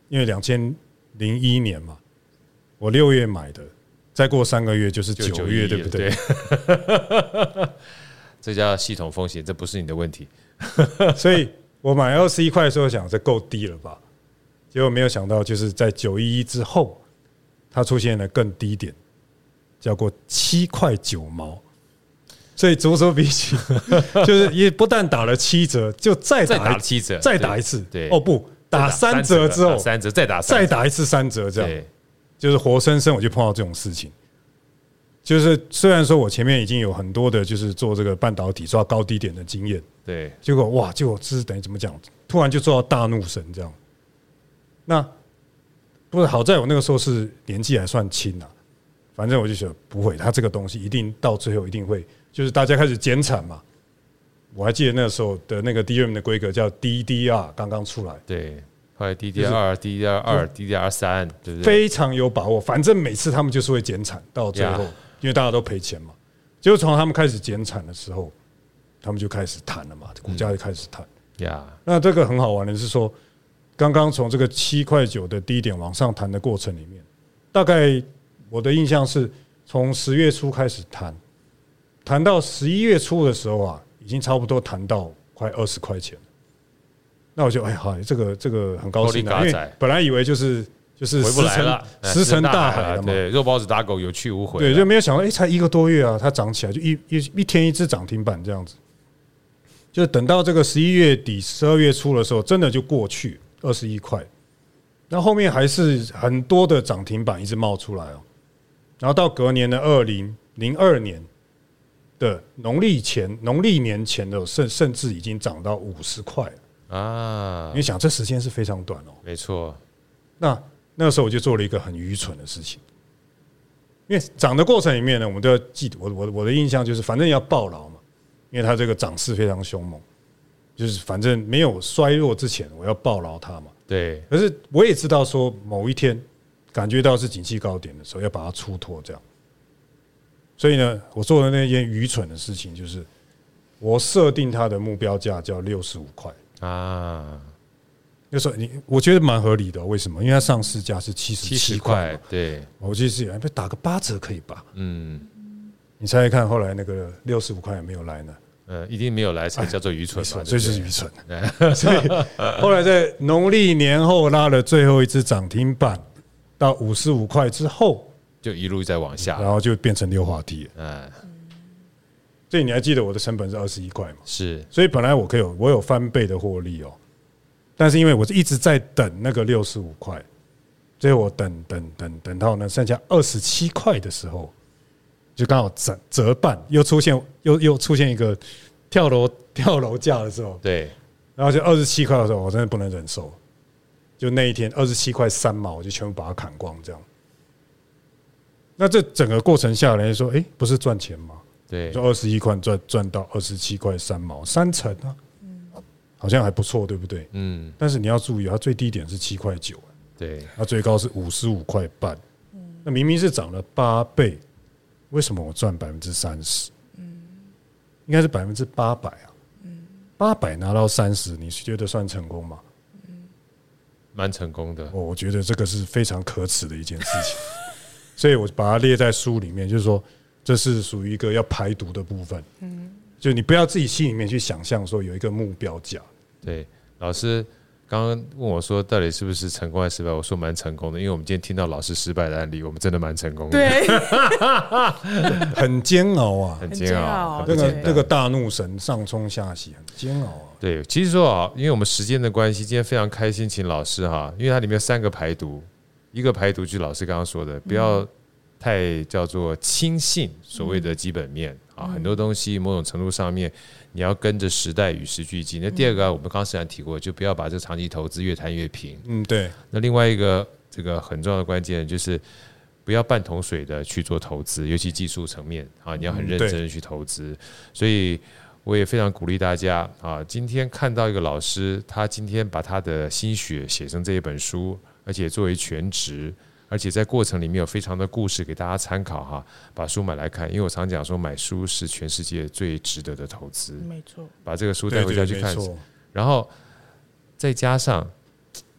因为两千零一年嘛，我六月买的，再过三个月就是九月，对不对？ 对这叫系统风险，这不是你的问题。 所以我买二十一块的时候想这够低了吧，结果没有想到就是在九一一之后，它出现了更低点，叫做七块九毛。所以足手比起，就是也不但打了七折，就再打再打七折， 再打一次。 对， 哦不，打三折之后， 三折再打再打一次三折，这样，就是活生生我就碰到这种事情。就是虽然说我前面已经有很多的，就是做这个半导体抓高低点的经验， 对， 结果哇，结果这是等于怎么讲？突然就做到大怒神这样。那不是好在我那个时候是年纪还算轻啊，反正我就想不会，它这个东西一定到最后一定会。就是大家开始减产嘛，我还记得那时候的那个 D R A M 的规格叫 D D R 刚刚出来， 对，后来 D D R 二、D D R 二、D D R 三，对不对？ 非常有把握。反正每次他们就是会减产，到最后，因为大家都赔钱嘛。结果从他们开始减产的时候，他们就开始弹了嘛，股价就开始弹。 呀， 那这个很好玩的是说，刚刚从这个七块九的低点往上弹的过程里面，大概我的印象是从十月初开始弹。谈到十一月初的时候啊，已经差不多谈到快二十块钱了。那我就哎好，这个这个很高兴啊，因为本来以为就是就是回不来了， 石沉大海了嘛。 对，肉包子打狗有去无回。 对，就没有想到，哎，才一个多月啊，它涨起来就一一一天一只涨停板这样子。就是等到这个十一月底、十二月初的时候，真的就过去二十一块。那后面还是很多的涨停板一直冒出来哦。然后到隔年的二零零二年。的农历前、农历年前的甚甚至已经涨到五十块了啊！你想，这时间是非常短哦。 没错。 那那个时候我就做了一个很愚蠢的事情，因为涨的过程里面呢，我们都要记得，我我我的印象就是，反正要抱牢嘛，因为它这个涨势非常凶猛，就是反正没有衰弱之前，我要抱牢它嘛。 对。 可是我也知道说，某一天感觉到是景气高点的时候，要把它出脱这样。所以呢，我做的那件愚蠢的事情就是，我设定它的目标价叫六十五块啊。那时候你我觉得蛮合理的，为什么？因为它上市价是七十七块， 对， 我记得是不打个八折可以吧？ 嗯， 你猜猜看，后来那个六十五块有没有来呢？ 呃，一定没有来才叫做愚蠢嘛， 所以是愚蠢。所以后来在农历年后拉了最后一只涨停板到五十五块之后。 就一路在往下， 然后就变成溜滑梯了。 嗯， 所以你还记得我的成本是二十一块吗？ 是， 所以本来我可以有我有翻倍的获利哦，但是因为我一直在等那个六十五块，所以我等等等等到呢剩下二十七块的时候，就刚好折折半，又出现又又出现一个跳楼跳楼价的时候， 对， 然后就二十七块的时候，我真的不能忍受，就那一天二十七块三毛，我就全部把它砍光这样。那这整个过程下来说，哎、欸，不是赚钱吗？ 对， 就二十一块赚赚到二十七块三毛，三成啊，好像还不错，对不对？嗯。但是你要注意，它最低点是七块九， 对， 它最高是五十五块半，那明明是涨了八倍，为什么我赚百分之三十？嗯，应该是百分之八百啊。嗯，八百拿到三十，你觉得算成功吗？ 嗯，蛮成功的。 我觉得这个是非常可耻的一件事情。所以我把它列在书里面，就是说这是属于一个要排毒的部分。嗯，就你不要自己心里面去想象说有一个目标价。 对，老师刚刚问我说到底是不是成功还是失败，我说蛮成功的，因为我们今天听到老师失败的案例，我们真的蛮成功的。 对， 很煎熬啊， 很煎熬。 这个这个大怒神上冲下洗，很煎熬啊。 对，其实说啊，因为我们时间的关系，今天非常开心，请老师哈，因为它里面有三个排毒。一个排毒，就老师刚刚说的，不要太叫做轻信所谓的基本面啊，很多东西某种程度上面你要跟着时代与时俱进。那第二个，我们刚刚虽然提过，就不要把这个长期投资越谈越平。 嗯，对。 那另外一个这个很重要的关键就是不要半桶水的去做投资，尤其技术层面啊，你要很认真的去投资。所以我也非常鼓励大家啊，今天看到一个老师，他今天把他的心血写成这一本书。而且作为全职，而且在过程里面有非常的故事给大家参考哈，把书买来看，因为我常讲说买书是全世界最值得的投资， 没错， 把这个书带回家去看， 对对对， 然后再加上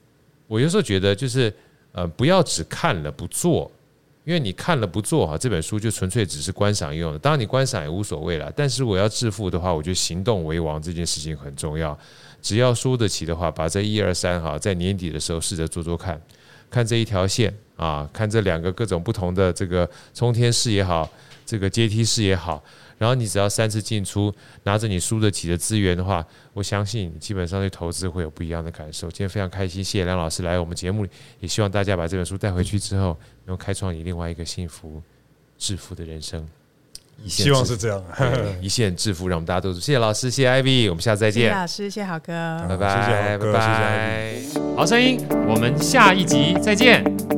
我有时候觉得就是呃，不要只看了不做。因为你看了不做哈，这本书就纯粹只是观赏用的。当然你观赏也无所谓啦，但是我要致富的话，我觉得行动为王这件事情很重要。只要输得起的话，把这一二三哈，在年底的时候试着做做看，看这一条线啊，看这两个各种不同的这个冲天式也好，这个阶梯式也好。然后你只要三次进出，拿着你输得起的资源的话，我相信你基本上对投资会有不一样的感受。今天非常开心，谢谢梁老师来我们节目里，也希望大家把这本书带回去之后，能够开创你另外一个幸福致富的人生。 希望是这样， 一线致富，让我们大家都谢谢老师，谢谢 Ivy， 我们下次再见。 谢谢老师，谢谢好哥， 拜拜， 谢谢好哥， 拜拜。好声音，我们下一集再见。